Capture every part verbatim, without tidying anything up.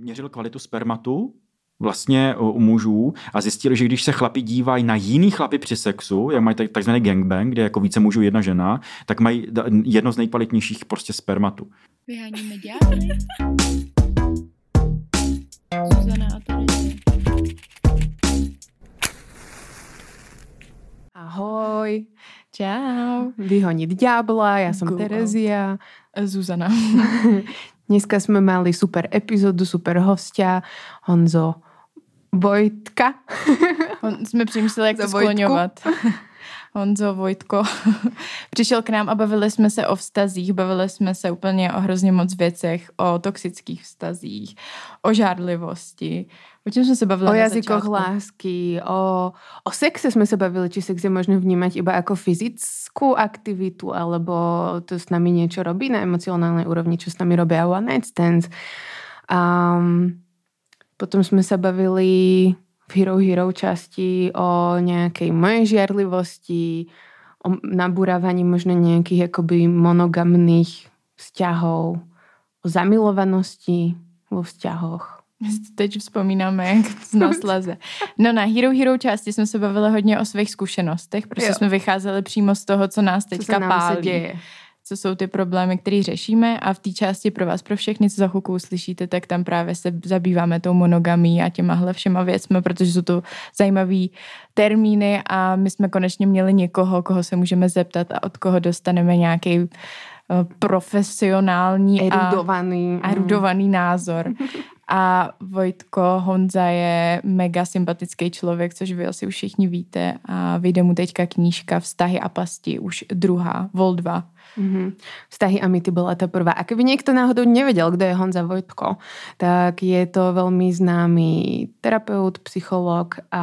měřil kvalitu spermatu vlastně u mužů a zjistili, že když se chlapi dívají na jiný chlapy při sexu, jak mají takzvaný gangbang, kde je jako více mužů, jedna žena, tak mají jedno z nejkvalitnějších prostě spermatu. Vyháníme ďábly. Zuzana a Terezie. Ahoj. Čau. Vyhoniť ďábla, ja som Go Terezia. Zuzana. Dneska sme mali super epizódu, super hostia, Honzo Vojtka. On, jsme přemýšleli, jak to skloňovat. Honzo Vojtko přišel k nám a bavili jsme se o vztazích, bavili jsme se úplně o hrozně moc věcech, o toxických vztazích, o žárlivosti. O čem jsme se bavili o na jazykoch začátku? lásky, o, o sexe sme sa bavili, či sex je možno vnímať iba ako fyzickú aktivitu, alebo to s nami niečo robí na emocionálnej úrovni, čo s nami robia one night stands. Um, potom sme sa bavili v Hero Hero časti o nejakej mojej žiarlivosti, o nabúravaní možno nejakých akoby monogamných vzťahov, o zamilovanosti vo vzťahoch. Teď vzpomínáme, jak na slaze. No na Hero Hero části jsme se bavili hodně o svých zkušenostech, protože jo. jsme vycházeli přímo z toho, co nás teďka co pálí. Děje. Co jsou ty problémy, které řešíme, a v té části pro vás, pro všechny, co za chvilku uslyšíte, tak tam právě se zabýváme tou monogamí a těmahle všema věcmi, protože jsou to zajímavý termíny a my jsme konečně měli někoho, koho se můžeme zeptat a od koho dostaneme nějaký profesionální erudovaný. a erudovaný názor. A Vojtko Honza je mega sympatický člověk, což vy asi už všichni víte, a vyjde mu teďka knížka Vztahy a pasti, už druhá, vol dva. Mm-hmm. Vztahy a mýty bola tá prvá. A keby niekto náhodou nevedel, kto je Honza Vojtko, tak je to veľmi známy terapeut, psychológ a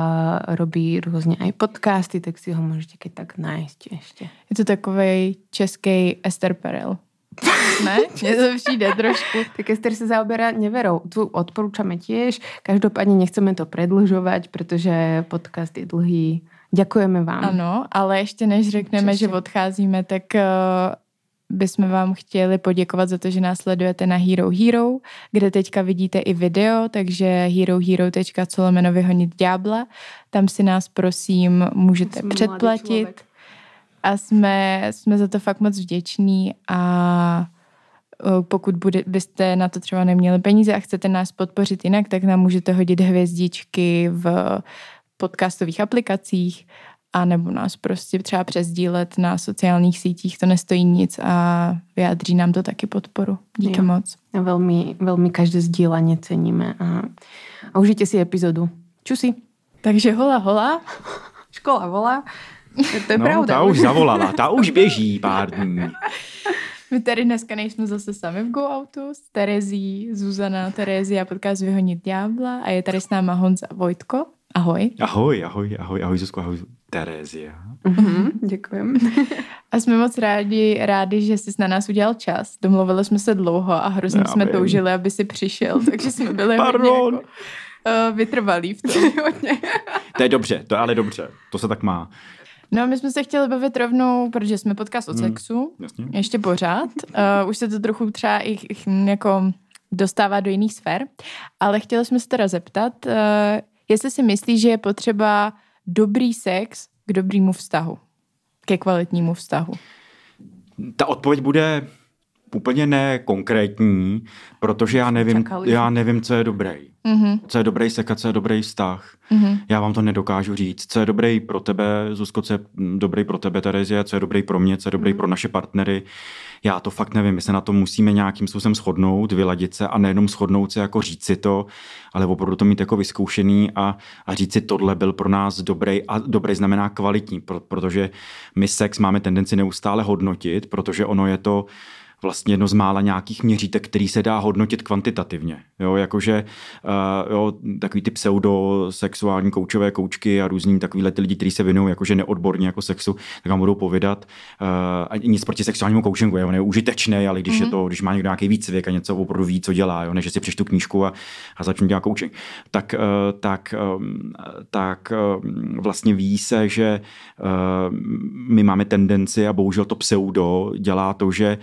robí rôzne aj podcasty, tak si ho môžete keď tak nájsť ešte. Je to takovej český Ester Perel. Ne? Mně to přijde trošku. Tak Ester sa zaoberá neverou. Tu odporúčame tiež. Každopádne nechceme to predĺžovať, pretože podcast je dlhý. Děkujeme vám. Ano, ale ještě než řekneme, Přesně. že odcházíme, tak uh, bychom vám chtěli poděkovat za to, že nás sledujete na Hero Hero, kde teďka vidíte i video, takže herohero tečka co lomeno vyhonit ďábla. Tam si nás prosím můžete Jsem předplatit. A jsme, jsme za to fakt moc vděční a pokud bude, byste na to třeba neměli peníze a chcete nás podpořit jinak, tak nám můžete hodit hvězdičky v podcastových aplikacích a nebo nás prostě třeba přesdílet na sociálních sítích, to nestojí nic a vyjádří nám to taky podporu. Díky jo. moc. A veľmi, veľmi každé sdílanie ceníme a, a užijte si epizodu. Čusi. Takže hola hola. Škola volá. To je no, pravda. Ta už zavolala, ta už běží pár dní. My tady dneska nejsme zase sami v Go Outu s Terezí, Zuzana, Terezia, podcast Vyhonit ďábla a je tady s náma Honza Vojtko. Ahoj. Ahoj, ahoj, ahoj, ahoj Zuzko, ahoj Terezia. Mm-hmm, děkujem. A jsme moc rádi, rádi, že jsi na nás udělal čas. Domluvili jsme se dlouho a hrozně Já jsme vím. toužili, aby si přišel, takže jsme byli hodně jako, uh, vytrvalí v tom. To je dobře, to je ale dobře, to se tak má. No, my jsme se chtěli bavit rovnou, protože jsme podcast o sexu, hmm, ještě pořád. Uh, už se to trochu třeba i jako dostává do jiných sfér, ale chtěli jsme se teda zeptat, uh, jestli si myslíš, že je potřeba dobrý sex k dobrýmu vztahu, ke kvalitnímu vztahu. Ta odpověď bude úplně nekonkrétní, protože já nevím, já nevím, co je dobrý. Mm-hmm. Co je dobrý sex a co je dobrý vztah. Mm-hmm. Já vám to nedokážu říct. Co je dobrý pro tebe, Zuzko, co je dobrý pro tebe, Terezia, co je dobrý pro mě, co je dobrý mm-hmm. pro naše partnery. Já to fakt nevím. My se na to musíme nějakým způsobem shodnout, vyladit se a nejenom shodnout se, jako říct si to, ale opravdu to mít jako vyzkoušený a, a říct si, tohle byl pro nás dobrý a dobrý znamená kvalitní, pro, protože my sex máme tendenci neustále hodnotit, protože ono je to vlastně jedno z mála nějakých měřítek, který se dá hodnotit kvantitativně. Jo, jakože uh, jo, takový ty pseudosexuální koučové koučky a různý takovýhle ty lidi, kteří se věnují jakože neodborně jako sexu, tak vám budou povědat uh, nic proti sexuálnímu koučingu, on je užitečný, ale když mm-hmm. je to, když má někdo nějaký výcvik a něco opravdu ví, co dělá, jo, než si přečtu knížku a, a začnu dělat coaching, tak, uh, tak, um, tak um, vlastně ví se, že uh, my máme tendenci a bohužel to pseudo dělá to, že uh,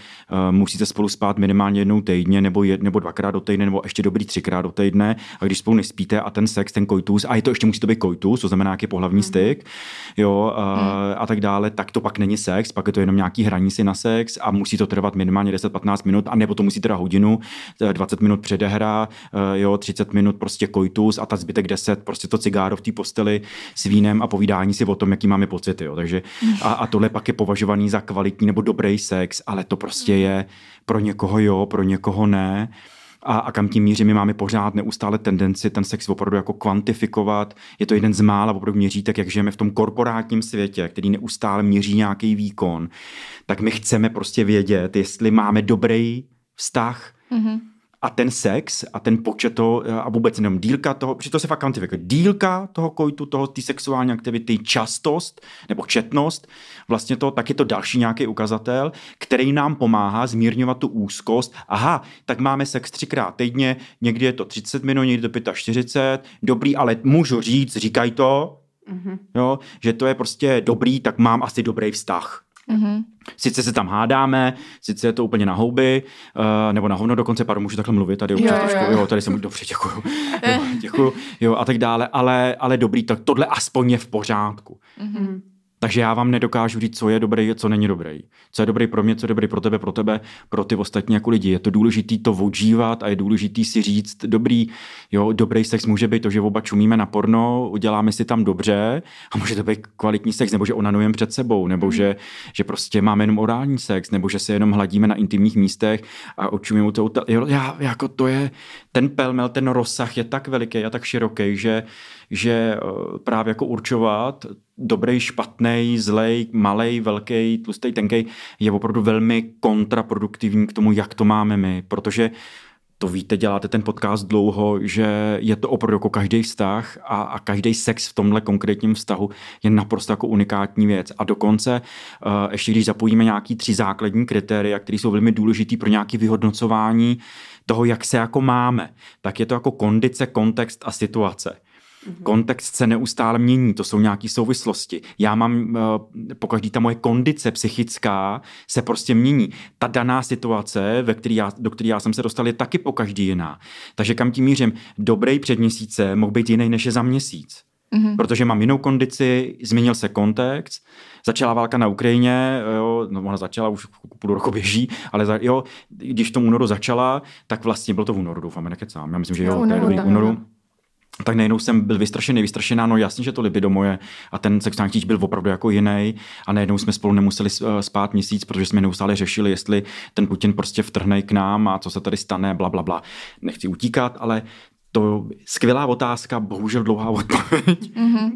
musíte spolu spát minimálně jednou týdně, nebo, jed, nebo dvakrát do týdne, nebo ještě dobrý třikrát do týdne. A když spolu nespíte a ten sex, ten koitus, a je to ještě musí to být koitus, to znamená nějaký pohlavní mm-hmm. styk, jo, a, mm. a tak dále, tak to pak není sex, pak je to jenom nějaký hraní si na sex a musí to trvat minimálně deset patnáct minut, a nebo to musí teda hodinu, dvacet minut předehra, jo, třicet minut prostě koitus a ta zbytek deset, prostě to cigáro v té posteli s vínem a povídání si o tom, jaký máme pocity, jo. Takže a, a tohle pak je považovaný za kvalitní nebo dobrý sex, ale to prostě je pro někoho jo, pro někoho ne. A, a kam tím míří, my máme pořád neustále tendenci ten sex opravdu jako kvantifikovat. Je to jeden z mála opravdu měřítek, jak žijeme v tom korporátním světě, který neustále měří nějaký výkon. Tak my chceme prostě vědět, jestli máme dobrý vztah, mm-hmm. a ten sex a ten počet toho, a vůbec jenom dílka toho, protože to se fakt kvantifikuje, dílka toho koitu, toho, té sexuální aktivity, častost nebo četnost, vlastně to, tak je to další nějaký ukazatel, který nám pomáhá zmírňovat tu úzkost. Aha, tak máme sex třikrát týdně, někdy je to třicet minut, někdy to čtyřicet pět, dobrý, ale můžu říct, říkaj to, mm-hmm. jo, že to je prostě dobrý, tak mám asi dobrý vztah. Mm-hmm. Sice se tam hádáme, sice je to úplně na houby, uh, nebo na hovno dokonce, pardon, můžu takhle mluvit, tady jo, trošku, jo. jo, tady jsem, dobře, děkuju, jo, děkuju, jo, a tak dále, ale, ale dobrý, tak tohle aspoň je v pořádku. Mm-hmm. Takže já vám nedokážu říct, co je dobrý a co není dobrý. Co je dobrý pro mě, co je dobrý pro tebe, pro tebe, pro ty ostatní jako lidi. Je to důležitý to odžívat a je důležitý si říct, dobrý, jo, dobrý sex může být to, že oba čumíme na porno, uděláme si tam dobře a může to být kvalitní sex, nebo že onanujeme před sebou, nebo mm. že, že prostě máme jenom orální sex, nebo že se jenom hladíme na intimních místech a očumíme to. Jo, já, jako to je, ten pelmel, ten rozsah je tak veliký a tak široký, že že právě jako určovat dobrý, špatný, zlej, malej, velký, tlustý, tenkej je opravdu velmi kontraproduktivní k tomu, jak to máme my, protože to víte, děláte ten podcast dlouho, že je to opravdu jako každý vztah a, a každý sex v tomhle konkrétním vztahu je naprosto jako unikátní věc. A dokonce, uh, ještě když zapojíme nějaký tři základní kritéria, které jsou velmi důležitý pro nějaké vyhodnocování toho, jak se jako máme, tak je to jako kondice, kontext a situace. Kontext se neustále mění, to jsou nějaké souvislosti. Já mám, pokaždý ta moje kondice psychická se prostě mění. Ta daná situace, ve který já, do které já jsem se dostal, je taky pokaždý jiná. Takže kam tím mířím? Dobrý před měsíce mohl být jiný, než je za měsíc. Mm-hmm. Protože mám jinou kondici, změnil se kontext, začala válka na Ukrajině, jo, no ona začala, už půl roku běží, ale za, jo, když v tom únoru začala, tak vlastně bylo to v únoru, doufám, nekecám. Já myslím, že jo, jo to je dobrý únoru. Tak najednou jsem byl vystrašený, vystrašená, no jasně, že to libido moje a ten sexuální chtíč byl opravdu jako jiný a najednou jsme spolu nemuseli spát měsíc, protože jsme neustále řešili, jestli ten Putin prostě vtrhne k nám a co se tady stane, bla, bla, bla. Nechci utíkat, ale to je skvělá otázka, bohužel dlouhá odpověď. Mm-hmm.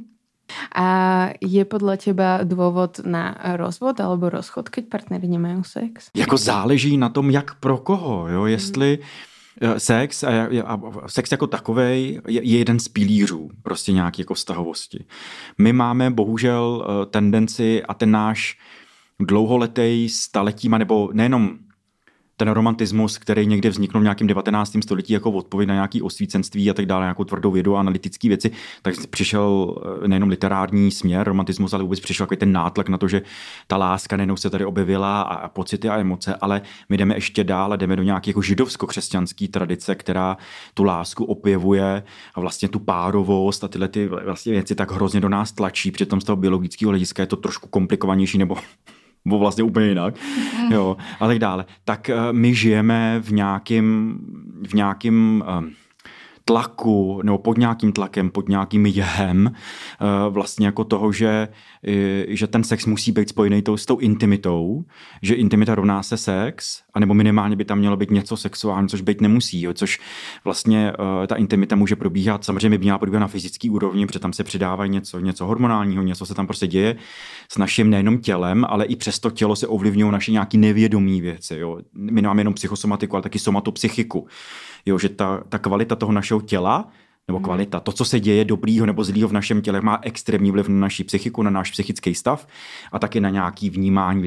A je podle teba důvod na rozvod alebo rozchod, keď partnery nemají sex? Jako záleží na tom, jak pro koho, jo, jestli mm-hmm. Sex a, a sex jako takovej je, je jeden z pilířů prostě nějaké jako vztahovosti. My máme bohužel tendenci a ten náš dlouholetý staletíma, nebo nejenom ten romantismus, který někde vzniknul v nějakém devatenáctém století jako odpověď na nějaké osvícenství a tak dále, nějakou tvrdou vědu a analytické věci, tak přišel nejenom literární směr romantismus, ale vůbec přišel jako ten nátlak na to, že ta láska nejenom se tady objevila a, a pocity a emoce, ale my jdeme ještě dál a jdeme do nějaké jako židovsko-křesťanské tradice, která tu lásku opěvuje a vlastně tu párovost a tyhle ty vlastně věci tak hrozně do nás tlačí, přitom z toho biologického hlediska je to trošku komplikovanější nebo bo vlastně úplně jinak, jo, a tak dále. Tak uh, my žijeme v nějakým, v nějakým uh, tlaku, nebo pod nějakým tlakem, pod nějakým jehem, uh, vlastně jako toho, že, že ten sex musí být spojený s tou intimitou, že intimita rovná se sex, anebo minimálně by tam mělo být něco sexuálního, což být nemusí, jo, což vlastně uh, ta intimita může probíhat, samozřejmě by měla probíhat na fyzický úrovni, protože tam se přidávají něco, něco hormonálního, něco se tam prostě děje s naším nejenom tělem, ale i přes to tělo se ovlivňují naše nějaký nevědomí věci. Jo. My nemáme jenom psychosomatiku, ale taky somatopsychiku. Jo, že ta, ta kvalita toho našeho těla, nebo kvalita, to, co se děje dobrýho nebo zlýho v našem těle, má extrémní vliv na naši psychiku, na náš psychický stav a taky na nějaký vnímání věcí.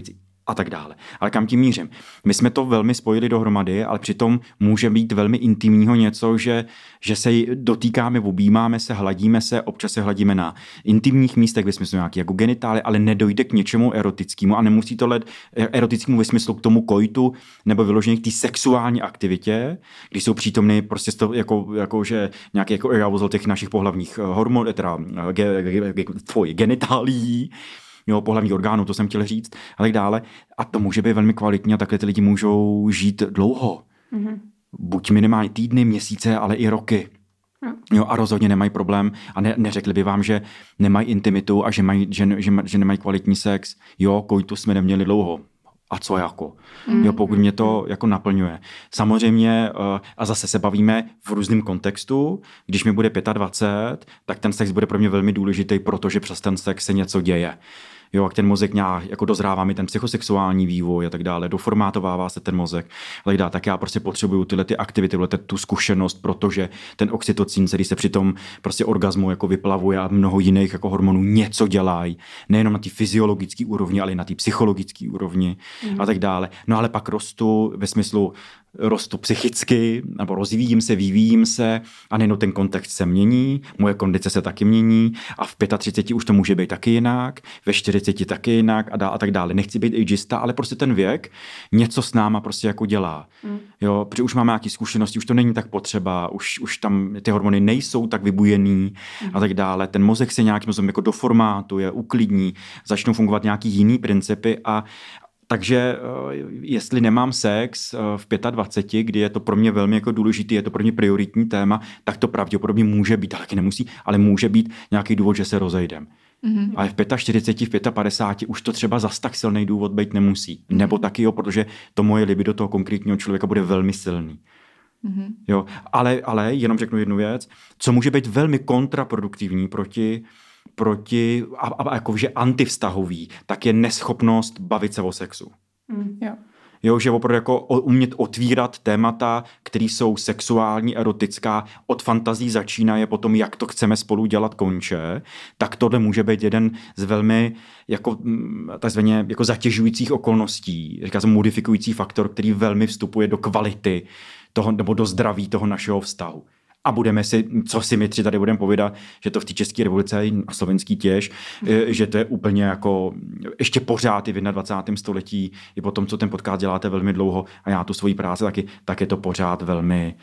a tak dále. Ale kam tím mířím? My jsme to velmi spojili dohromady, ale přitom může být velmi intimního něco, že, že se dotýkáme, objímáme se, hladíme se, občas se hladíme na intimních místech, ve smyslu nějaký jako genitály, ale nedojde k něčemu erotickému a nemusí to let erotickému ve smyslu k tomu koitu nebo vyloženě k té sexuální aktivitě, když jsou přítomny prostě to, jako, jako, že nějaký jako arousal těch našich pohlavních hormonů, teda ge, ge, ge, tvoj, genitálí, jo, pohlavních orgánů, to jsem chtěl říct, a tak dále. A to může být velmi kvalitní a takhle ty lidi můžou žít dlouho. Mm-hmm. Buď minimálně týdny, měsíce, ale i roky. Mm. Jo, a rozhodně nemají problém a ne, neřekli by vám, že nemají intimitu a že, mají, že, že, že nemají kvalitní sex. Jo, koitus jsme neměli dlouho. A co jako? Mm. Jo, pokud mě to jako naplňuje. Samozřejmě, a zase se bavíme v různém kontextu, když mi bude dvacet pět, tak ten sex bude pro mě velmi důležitý, protože přes ten sex se něco děje. Jo, jak ten mozek nějak jako dozrává mi ten psychosexuální vývoj a tak dále, doformátovává se ten mozek a tak dále, tak já prostě potřebuju tyhle ty aktivity, tyhle tu zkušenost, protože ten oxytocin, který se při tom prostě orgazmu jako vyplavuje a mnoho jiných jako hormonů něco dělají, nejenom na té fyziologické úrovni, ale i na té psychologické úrovni mm. a tak dále. No ale pak rostu ve smyslu rostu psychicky, nebo rozvíjím se, vyvíjím se a nejenom ten kontext se mění, moje kondice se taky mění a v třiceti pěti už to může být taky jinak, ve čtyřiceti taky jinak a, dá, a tak dále. Nechci být ageista, ale prostě ten věk něco s náma prostě jako dělá. Mm. Jo, protože už máme nějaké zkušenosti, už to není tak potřeba, už, už tam ty hormony nejsou tak vybujený mm. a tak dále. Ten mozek se nějakým způsobem jako doformátuje, uklidní, začnou fungovat nějaký jiný principy a takže jestli nemám sex v dvaceti pěti, kdy je to pro mě velmi jako důležitý, je to pro mě prioritní téma, tak to pravděpodobně může být, ale taky nemusí, ale může být nějaký důvod, že se rozejdem. Mm-hmm. Ale v čtyřiceti pěti, v padesáti už to třeba zas tak silný důvod být nemusí. Mm-hmm. Nebo taky jo, protože to moje libido toho konkrétního člověka bude velmi silný. Mm-hmm. Jo, ale, ale jenom řeknu jednu věc, co může být velmi kontraproduktivní proti proti, a, a jakože antivztahový, tak je neschopnost bavit se o sexu. Mm, jo. Jo, že opravdu jako umět otvírat témata, které jsou sexuální, erotická, od fantazí začínaje potom, jak to chceme spolu dělat, konče, tak tohle může být jeden z velmi jako, takzvaně, jako zatěžujících okolností, říká se modifikující faktor, který velmi vstupuje do kvality toho, nebo do zdraví toho našeho vztahu. A budeme si, co si my tři tady budeme povídat, že to v té České republice a slovenský těž, že to je úplně jako ještě pořád i v dvacátém prvním století, i po tom, co ten podcast děláte velmi dlouho a já tu svoji práci taky, tak je to pořád velmi...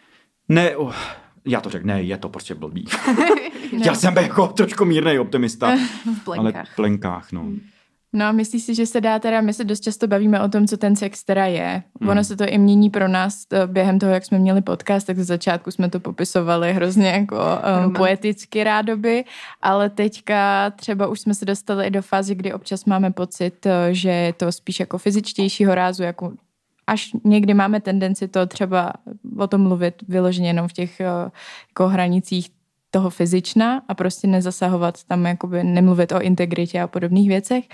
Ne, oh, já to řeknu, ne, je to prostě blbý. no. Já jsem jako trošku mírnej optimista. v plenkách. Ale v plenkách, no. No, myslíš si, že se dá teda, my se dost často bavíme o tom, co ten sex teda je. Mm. Ono se to i mění pro nás během toho, jak jsme měli podcast, tak ze začátku jsme to popisovali hrozně jako um, poeticky rádoby, ale teďka třeba už jsme se dostali i do fáze, kdy občas máme pocit, že je to spíš jako fyzičtějšího rázu, jako až někdy máme tendenci to třeba o tom mluvit vyloženě jenom v těch jako hranicích toho fyzična a prostě nezasahovat tam, jakoby nemluvit o integritě a podobných věcech.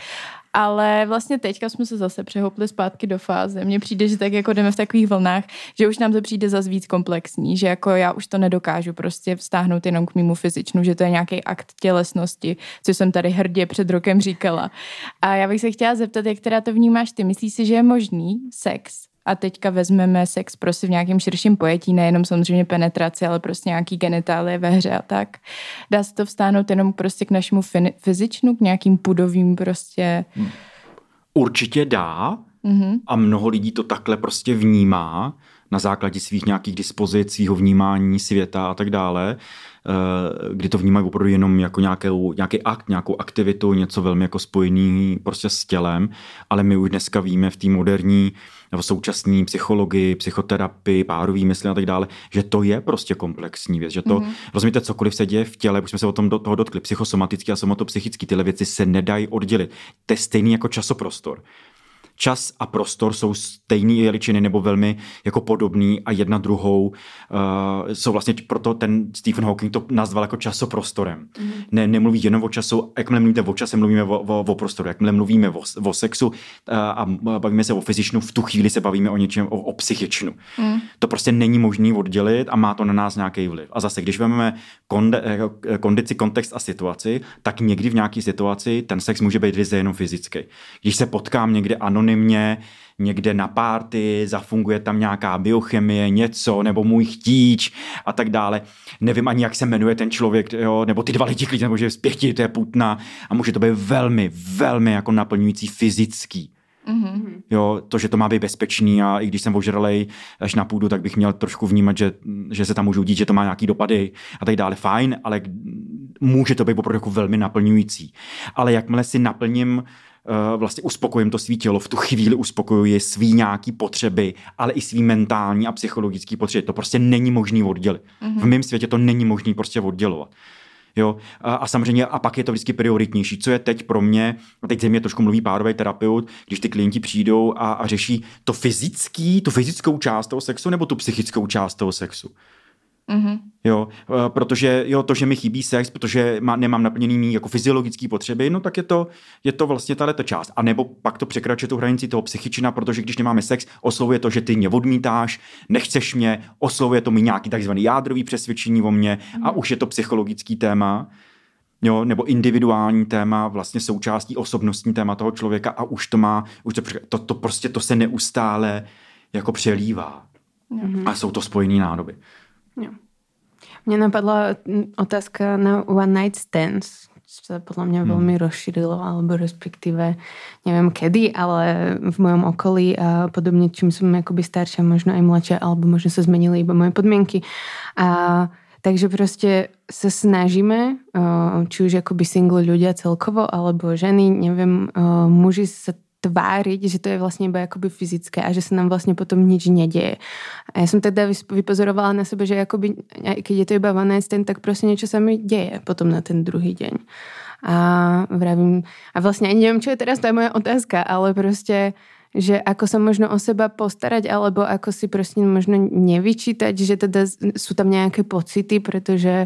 Ale vlastně teďka jsme se zase přehoupli zpátky do fáze. Mně přijde, že tak jako jdeme v takových vlnách, že už nám to přijde zas víc komplexní, že jako já už to nedokážu prostě vztáhnout jenom k mému fyzičnu, že to je nějaký akt tělesnosti, co jsem tady hrdě před rokem říkala. A já bych se chtěla zeptat, jak teda to vnímáš ty? Myslíš si, že je možný sex? A teďka vezmeme sex prostě v nějakém širším pojetí, nejenom samozřejmě penetraci, ale prostě nějaký genitálie ve hře a tak. Dá se to vztáhnout jenom prostě k našemu fyzičnu, k nějakým pudovým prostě... Určitě dá mm-hmm. a mnoho lidí to takhle prostě vnímá na základě svých nějakých dispozic, svého vnímání světa a tak dále, kdy to vnímají opravdu jenom jako nějakou, nějaký akt, nějakou aktivitu, něco velmi jako spojený prostě s tělem, ale my už dneska víme v té moderní nebo současné psychologii, psychoterapii, párový mysli a tak dále, že to je prostě komplexní věc, že to, mm-hmm. rozumíte, cokoliv se děje v těle, už jsme se o tom do toho dotkli, psychosomatický a somatopsychický, tyhle věci se nedají oddělit. To je stejný jako časoprostor. čas a prostor jsou stejný veličiny nebo velmi jako podobný a jedna druhou uh, jsou vlastně, proto ten Stephen Hawking to nazval jako časoprostorem. Mm. Ne, nemluví jenom o času, jakmile mluvíte o čase, mluvíme o, o, o prostoru, jakmile mluvíme o, o sexu uh, a bavíme se o fyzičnu, v tu chvíli se bavíme o něčem, o, o psychičnu. Mm. To prostě není možné oddělit a má to na nás nějaký vliv. A zase, když vezmeme konde, kondici, kontext a situaci, tak někdy v nějaké situaci ten sex může být ryze jenom fyzický. Když se potkám někde anonymně, někde na párty, zafunguje tam nějaká biochemie, něco, nebo můj chtíč a tak dále. Nevím ani, jak se jmenuje ten člověk, jo, nebo ty dva lidi klidně, nebo že z pěti, to je putna a může to být velmi, velmi jako naplňující fyzický. Mm-hmm. Jo, to, že to má být bezpečný a i když jsem ožralej až na půdu, tak bych měl trošku vnímat, že, že se tam můžu dít, že to má nějaký dopady a tak dále. Fajn, ale může to být opravdu jako velmi naplňující. Ale jakmile si naplním vlastně uspokojím to svý tělo, v tu chvíli uspokojuji svý nějaký potřeby, ale i svý mentální a psychologický potřeby. To prostě není možný oddělit. Mm-hmm. V mém světě to není možný prostě oddělovat. Jo? A, a samozřejmě, a pak je to vždycky prioritnější. Co je teď pro mě, a teď ze mě trošku mluví párový terapeut, když ty klienti přijdou a, a řeší to fyzický, tu fyzickou část toho sexu nebo tu psychickou část toho sexu. Mm-hmm. Jo, protože jo, to, že mi chybí sex, protože má, nemám naplněný mý jako fyziologické potřeby, no tak je to, je to vlastně tato část. A nebo pak to překračuje tu hranici toho psychičina, protože když nemáme sex, oslovuje to, že ty mě odmítáš, nechceš mě, oslovuje to mi nějaký takzvaný jádrový přesvědčení o mě mm-hmm. a už je to psychologický téma, jo, nebo individuální téma, vlastně součástí osobnostní téma toho člověka a už to má, už to, to, to prostě to se neustále jako přelívá. Mm-hmm. A jsou to spojený nádoby. Jo. Mne napadla otázka na one night stands, čo sa podľa mňa hmm. veľmi rozšírilo, alebo respektíve neviem kedy, ale v mojom okolí a podobne, čím som akoby staršia, možno aj mladšia, alebo možno sa zmenili iba moje podmienky. A takže proste sa snažíme, či už akoby single ľudia celkovo, alebo ženy, neviem, muži sa tváriť, že to je vlastne iba akoby fyzické a že sa nám vlastne potom nič nedieje. A ja som teda vypozorovala na sebe, že akoby, keď je to iba one night stand, tak proste niečo sa mi deje potom na ten druhý deň. A vravím, a vlastne ani neviem, čo je teraz, to je moja otázka, ale proste, že ako sa možno o seba postarať, alebo ako si proste možno nevyčítať, že teda sú tam nejaké pocity, pretože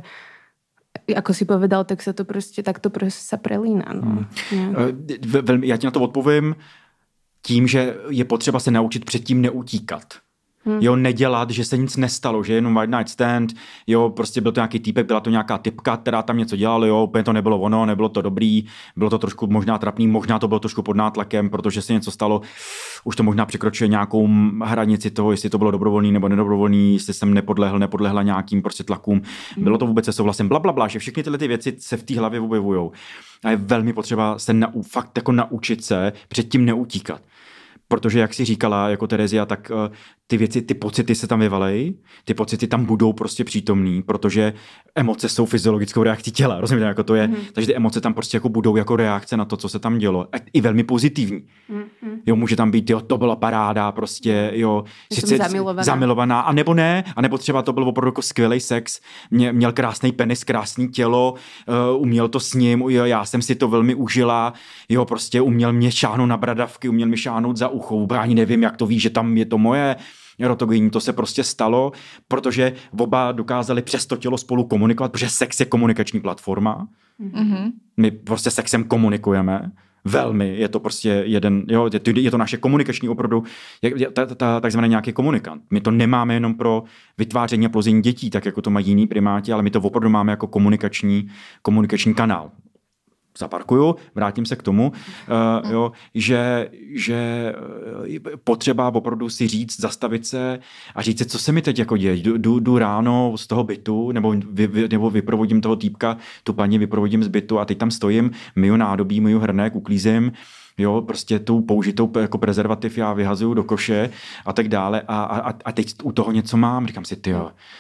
ako si povedal, tak se to prostě takto prostě se prelíná. No. Hmm. Já ti na to odpovím tím, že je potřeba se naučit předtím neutíkat. Hmm. Jo, nedělat, že se nic nestalo, že jenom one night stand, jo, prostě byl to nějaký týpek, byla to nějaká typka, která tam něco dělala, jo, úplně to nebylo ono, nebylo to dobrý, bylo to trošku možná trapný, možná to bylo trošku pod nátlakem, protože se něco stalo, už to možná překročuje nějakou hranici toho, jestli to bylo dobrovolný nebo nedobrovolný, jestli jsem nepodlehl, nepodlehla nějakým prostě tlakům, hmm. bylo to vůbec se souhlasem, blablabla, že všechny tyhle ty věci se v té hlavě objevujou. A je velmi potřeba se na, fakt jako naučit se předtím neutíkat. Protože, jak jsi říkala, jako Terezia, tak uh, ty věci, ty pocity se tam vyvalejí, ty pocity tam budou prostě přítomný, protože emoce jsou fyziologickou reakcí těla, rozumíte, jako to je, mm-hmm. takže ty emoce tam prostě jako budou jako reakce na to, co se tam dělo, i velmi pozitivní. Mm-hmm. Jo, může tam být, jo, to byla paráda, prostě, jo, sice zamilovaná. zamilovaná, a nebo ne, a nebo třeba to byl opravdu jako skvělej sex, Mě, měl krásný penis, krásný tělo, uh, uměl to s ním, jo, já jsem si to velmi užila, jo, prostě uměl mě šáhnout na bradavky, uměl mi šáhnout za ucho, ani nevím, jak to ví, že tam je to moje, erotogenní, to se prostě stalo, protože oba dokázali přes to tělo spolu komunikovat, protože sex je komunikační platforma. Mm-hmm. My prostě sexem komunikujeme. Velmi. Je to prostě jeden, jo, je to, je to naše komunikační opravdu, ta, ta, ta, takzvaný nějaký komunikant. My to nemáme jenom pro vytváření a plození dětí, tak jako to mají jiní primáti, ale my to opravdu máme jako komunikační, komunikační kanál. Zaparkuju, vrátím se k tomu, uh, jo, že, že potřeba opravdu si říct, zastavit se a říct si, co se mi teď jako děje. Jdu, jdu ráno z toho bytu, nebo, vy, nebo vyprovodím toho týpka, tu paní vyprovodím z bytu a teď tam stojím, myju nádobí, myju hrnek, uklízím, jo, prostě tu použitou jako prezervativ já vyhazuju do koše a tak dále a, a, a teď u toho něco mám, říkám si, tyjo,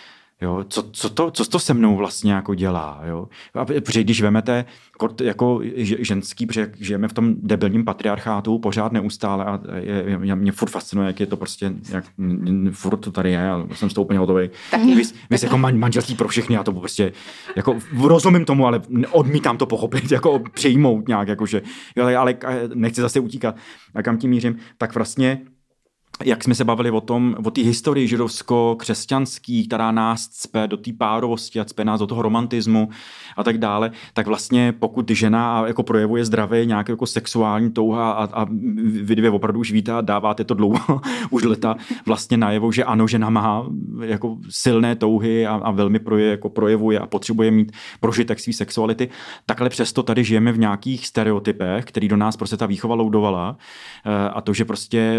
Jo, co, co, to, co to se mnou vlastně jako dělá, jo? A protože když vemete jako ženský, protože žijeme v tom debilním patriarchátu pořád neustále a je, je, mě furt fascinuje, jak je to prostě, jak furt to tady je, a jsem s toho úplně hotový. Vy, vy jste jako man, manželství pro všechny, já to prostě jako rozumím tomu, ale odmítám to pochopit, jako přijmout nějak, jakože, ale, ale nechci zase utíkat. A kam tím mířím, tak vlastně jak jsme se bavili o tom, o té historii židovsko-křesťanský, která nás cpe do té párovosti a cpe nás do toho romantismu a tak dále, tak vlastně pokud žena jako projevuje zdravě nějaké jako sexuální touha a, a vy dvě opravdu už víte a dáváte to dlouho, už leta vlastně najevo, že ano, žena má jako silné touhy a, a velmi proje, jako projevuje a potřebuje mít prožitek své sexuality, takhle přesto tady žijeme v nějakých stereotypech, který do nás prostě ta výchova loudovala a to, že prostě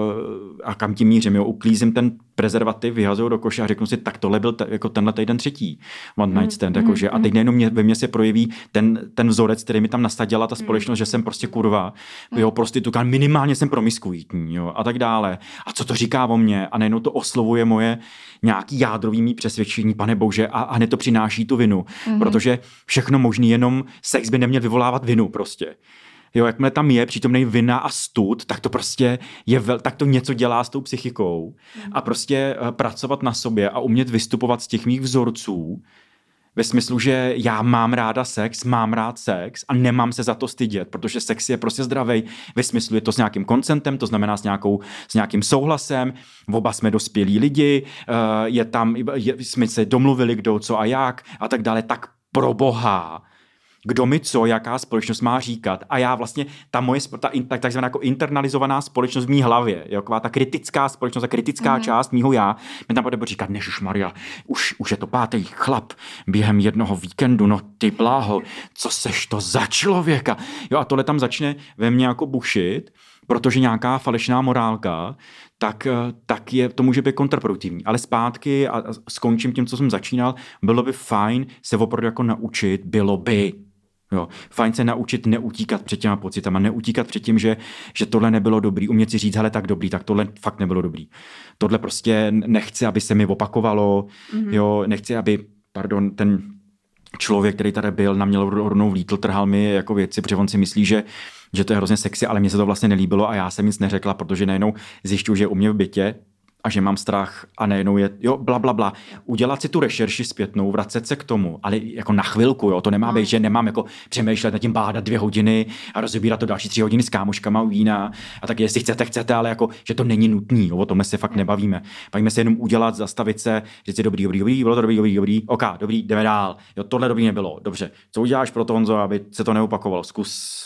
a kam tím mířím, jo, uklízím ten prezervativ, vyhazuju do koše a řeknu si, tak tohle byl t- jako tenhle týden třetí one night stand, mm, jakože, mm, a teď nejenom mě, ve mně se projeví ten, ten vzorec, který mi tam nasadila ta společnost, mm. že jsem prostě kurva, jo, prostitutka, minimálně jsem promiskuitní, jo, a tak dále. A co to říká o mně? A nejenom to oslovuje moje nějaký jádrový mý přesvědčení, pane bože, a, a hned to přináší tu vinu, mm. protože všechno možný, jenom sex by neměl vyvolávat vinu prostě. Jo, jakmile tam je přítomnej vina a stud, tak to prostě je vel, tak to něco dělá s tou psychikou a prostě uh, pracovat na sobě a umět vystupovat z těch mých vzorců ve smyslu, že já mám ráda sex, mám rád sex a nemám se za to stydět, protože sex je prostě zdravej, ve smyslu je to s nějakým koncentem, to znamená s, nějakou, s nějakým souhlasem, oba jsme dospělí lidi, uh, je tam, je, jsme se domluvili kdo, co a jak a tak dále, tak pro boha, kdo mi co, jaká společnost má říkat. A já vlastně, ta moje, ta, ta takzvaná jako internalizovaná společnost v mý hlavě, jaková ta kritická společnost, ta kritická mm-hmm. část mýho já, mi tam bude říkat, Ježišmarja, už, už je to pátý chlap během jednoho víkendu, no ty bláho, co seš to za člověka? Jo, a tohle tam začne ve mně jako bušit, protože nějaká falešná morálka, tak, tak je, to může být kontraproduktivní. Ale zpátky a, a skončím tím, co jsem začínal, bylo by fajn se opravdu jako naučit, bylo by, jo, fajn se naučit neutíkat před těma pocitama, neutíkat před tím, že, že tohle nebylo dobrý, umět si říct, hele, tak dobrý, tak tohle fakt nebylo dobrý. Tohle prostě nechci, aby se mi opakovalo, mm-hmm. jo, nechci, aby, pardon, ten člověk, který tady byl, na mě rovnou vlítl, trhal mi jako věci, protože on si myslí, že že to je hrozně sexy, ale mně se to vlastně nelíbilo a já jsem nic neřekla, protože najednou zjišťuju, že je u mě v bytě a že mám strach a najednou je, jo, bla, bla, bla. Udělat si tu rešerši zpětnou, vracet se k tomu, ale jako na chvilku, jo, to nemá být, že nemám jako přemýšlet nad tím bádat dvě hodiny a rozebírat to další tři hodiny s kámoškama u vína a tak jestli chcete, chcete, ale jako, že to není nutný, jo, o tomhle se fakt nebavíme. Bavíme se jenom udělat, zastavit se, říct si dobrý, dobrý, dobrý, bylo to dobrý, dobrý, dobrý, ok, dobrý, jdeme dál, jo, tohle dobrý nebylo, dobře, co uděláš pro to, Honzo, aby se to neopakovalo, zkus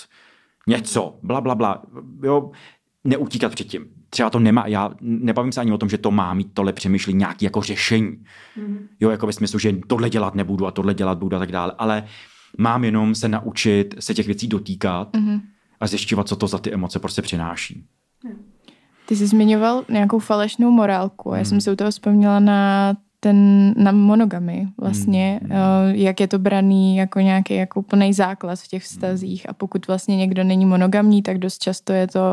něco, bla, bla, bla, jo, neutíkat před tím. Třeba to nemá, já nebavím se ani o tom, že to má mít tohle přemýšlení nějaký jako řešení. Mm-hmm. Jo, jako ve smyslu, že tohle dělat nebudu a tohle dělat budu a tak dále, ale mám jenom se naučit se těch věcí dotýkat mm-hmm. a zjišťovat, co to za ty emoce prostě přináší. Ty jsi zmiňoval nějakou falešnou morálku. Já mm. jsem se u toho vzpomněla na ten, na monogamy vlastně, mm. jak je to braný jako nějaký jako úplný základ v těch vztazích a pokud vlastně někdo není monogamní, tak dost často je to,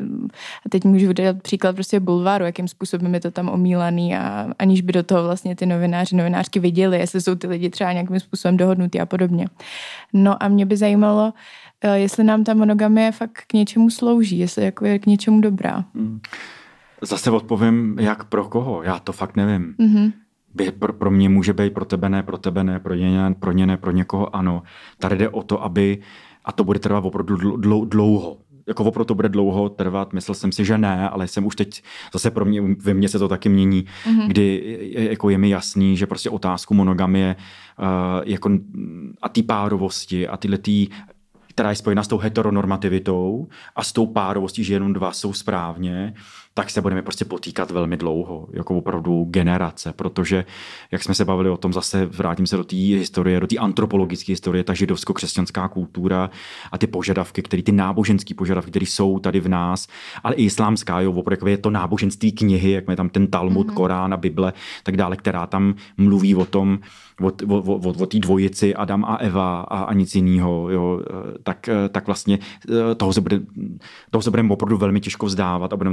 a teď můžu dát příklad prostě bulváru, jakým způsobem je to tam omílaný a aniž by do toho vlastně ty novináři, novinářky viděli, jestli jsou ty lidi třeba nějakým způsobem dohodnutý a podobně. No a mě by zajímalo, jestli nám ta monogamie fakt k něčemu slouží, jestli jako je k něčemu dobrá. Mm. Zase odpovím, jak pro koho, já to fakt nevím. Mm-hmm. Pro, pro mě může být, pro tebe ne, pro tebe ne, pro ně, pro ně ne, pro někoho ano. Tady jde o to, aby, a to bude trvat opravdu dlou, dlouho. Jako opravdu to bude dlouho trvat, myslel jsem si, že ne, ale jsem už teď, zase pro mě, ve mně se to taky mění, mm-hmm. kdy jako je mi jasný, že prostě otázku monogamie uh, jako, a té párovosti a tyhle tý, která je spojena s tou heteronormativitou a s tou párovostí, že jenom dva jsou správně, tak se budeme prostě potýkat velmi dlouho, jako opravdu generace, protože, jak jsme se bavili o tom, zase vrátím se do té historie, do té antropologické historie, ta židovsko-křesťanská kultura a ty požadavky, které ty náboženské požadavky, které jsou tady v nás, ale i islámská, jo, opravdu je to náboženství knihy, jak je tam ten Talmud, mm-hmm. Korán a Bible, tak dále, která tam mluví o tom, o, o, o, o té dvojici Adam a Eva a, a nic jiného, jo, tak, tak vlastně toho se, bude, toho se budeme opravdu velmi těžko vzdávat a budeme to opouštět.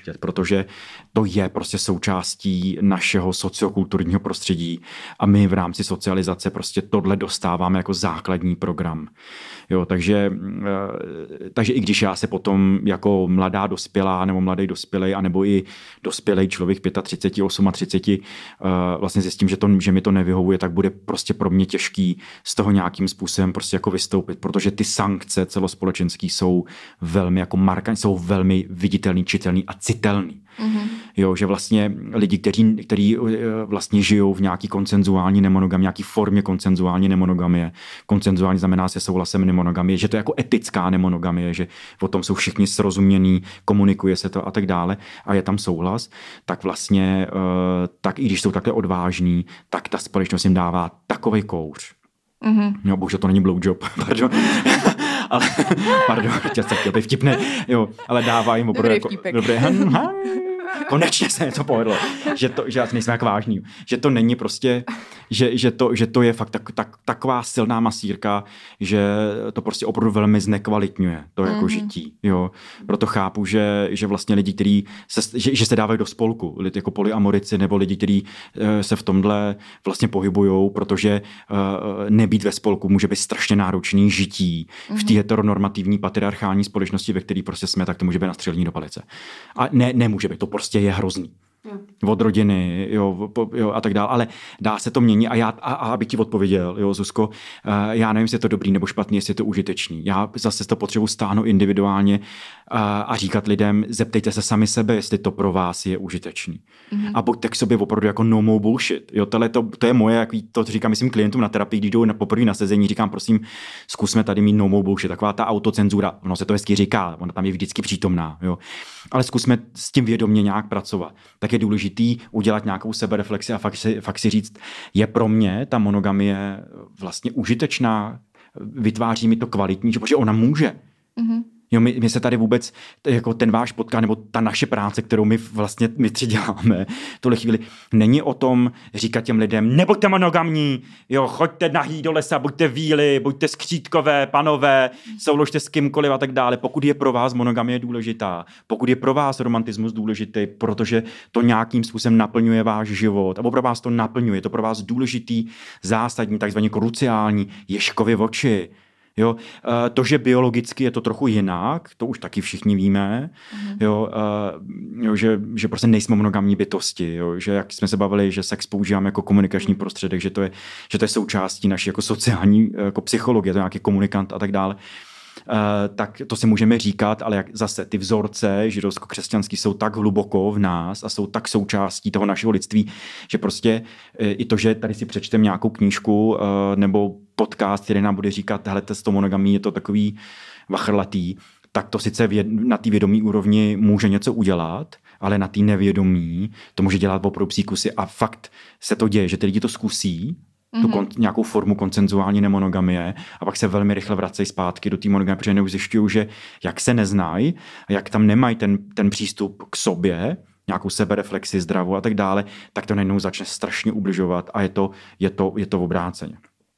pouštět, protože to je prostě součástí našeho sociokulturního prostředí a my v rámci socializace prostě tohle dostáváme jako základní program. Jo, takže, takže i když já se potom jako mladá dospělá nebo mladý dospělej, anebo i dospělej člověk třicet pět, třicet osm, vlastně zjistím, že, to, že mi to nevyhovuje, tak bude prostě pro mě těžký z toho nějakým způsobem prostě jako vystoupit, protože ty sankce celospolečenský jsou velmi jako markantní, jsou velmi viditelný, čitelný a citelný. Mm-hmm. Jo, že vlastně lidi, kteří, kteří vlastně žijou v nějaký konsenzuální nemonogamii, nějaký formě konsenzuální nemonogamie. Konsenzuální znamená se souhlasem nemonogamie, že to je jako etická nemonogamie, že o tom jsou všichni srozumění, komunikuje se to a tak dále a je tam souhlas, tak vlastně, tak i když jsou takhle odvážní, tak ta společnost jim dává takovej kouř. Mm-hmm. Jo, bohužel to není blowjob, pardon. ale, pardon, chtěl jsem chtěl být vtipný, jo, ale dává jim opravdu jako, dobrý, han, han, konečně se něco povedlo, že to, že já nejsem jak vážný, že to není prostě, že, že, to, že to je fakt tak, tak, taková silná masírka, že to prostě opravdu velmi znekvalitňuje to jako mm-hmm. žití, jo, proto chápu, že, že vlastně lidi, kteří se, že, že se dávají do spolku, lidi jako polyamorici nebo lidi, kteří se v tomhle vlastně pohybujou, protože uh, nebýt ve spolku může být strašně náročný žití mm-hmm. v té heteronormativní patriarchální společnosti, ve které prostě jsme, tak to může být nastřelení do palice. A ne, nemůže být, to prostě je hrozný. Jo. Od rodiny, jo, po, jo, a tak dále, ale dá se to měnit a já, a, a abych ti odpověděl, jo, Zuzko, uh, já nevím, jestli je to dobrý nebo špatný, jestli je to užitečný. Já zase to potřebuji stáhnout individuálně uh, a říkat lidem, zeptejte se sami sebe, jestli to pro vás je užitečný. Mm-hmm. A buďte k sobě opravdu jako no more bullshit. Jo, tohle to, to je moje, jak to říkám, myslím, klientům na terapii, když jdou na poprvé na sezení, říkám, prosím, zkusme tady mít no more bullshit, taková ta autocenzura, ono se to hezky říká, ona tam je vždycky přítomná, jo. Ale zkusme s tím vědomě nějak pracovat. Tak je důležitý udělat nějakou sebereflexi a fakt si, fakt si říct, je pro mě ta monogamie vlastně užitečná, vytváří mi to kvalitní, protože ona může. Mm-hmm. Jo, my, my se tady vůbec, jako ten váš podcast, nebo ta naše práce, kterou my vlastně my tři děláme, tohle chvíli, není o tom říkat těm lidem, nebuďte monogamní, jo, choďte nahý do lesa, buďte víly, buďte skřítkové, panové, souložte s kýmkoliv a tak dále. Pokud je pro vás monogamie důležitá, pokud je pro vás romantismus důležitý, protože to nějakým způsobem naplňuje váš život, nebo pro vás to naplňuje, je to pro vás důležitý, zásadní, takzvaně kruciální, ježkovy oči. Jo, to, že biologicky je to trochu jinak, to už taky všichni víme, mm. jo, jo, že, že prostě nejsme monogamní bytosti, jo, že jak jsme se bavili, že sex používáme jako komunikační prostředek, že to je, že to je součástí naší jako sociální jako psychologie, to je nějaký komunikant a tak dále. Uh, tak to si můžeme říkat, ale jak zase ty vzorce židovsko-křesťanský jsou tak hluboko v nás a jsou tak součástí toho našeho lidství, že prostě uh, i to, že tady si přečtem nějakou knížku uh, nebo podcast, který nám bude říkat, hele, s tou monogamí je to takový vachrlatý, tak to sice věd, na té vědomí úrovni může něco udělat, ale na té nevědomí to může dělat opravdu psí kusy a fakt se to děje, že ty lidi to zkusí, tu kon, nějakou formu konsenzuální nemonogamie a pak se velmi rychle vracejí zpátky do té monogamie, protože neuzišťují, že jak se neznají a jak tam nemají ten, ten přístup k sobě, nějakou sebereflexi, zdravou a tak dále, tak to najednou začne strašně ubližovat a je to, je to, je to obráceně.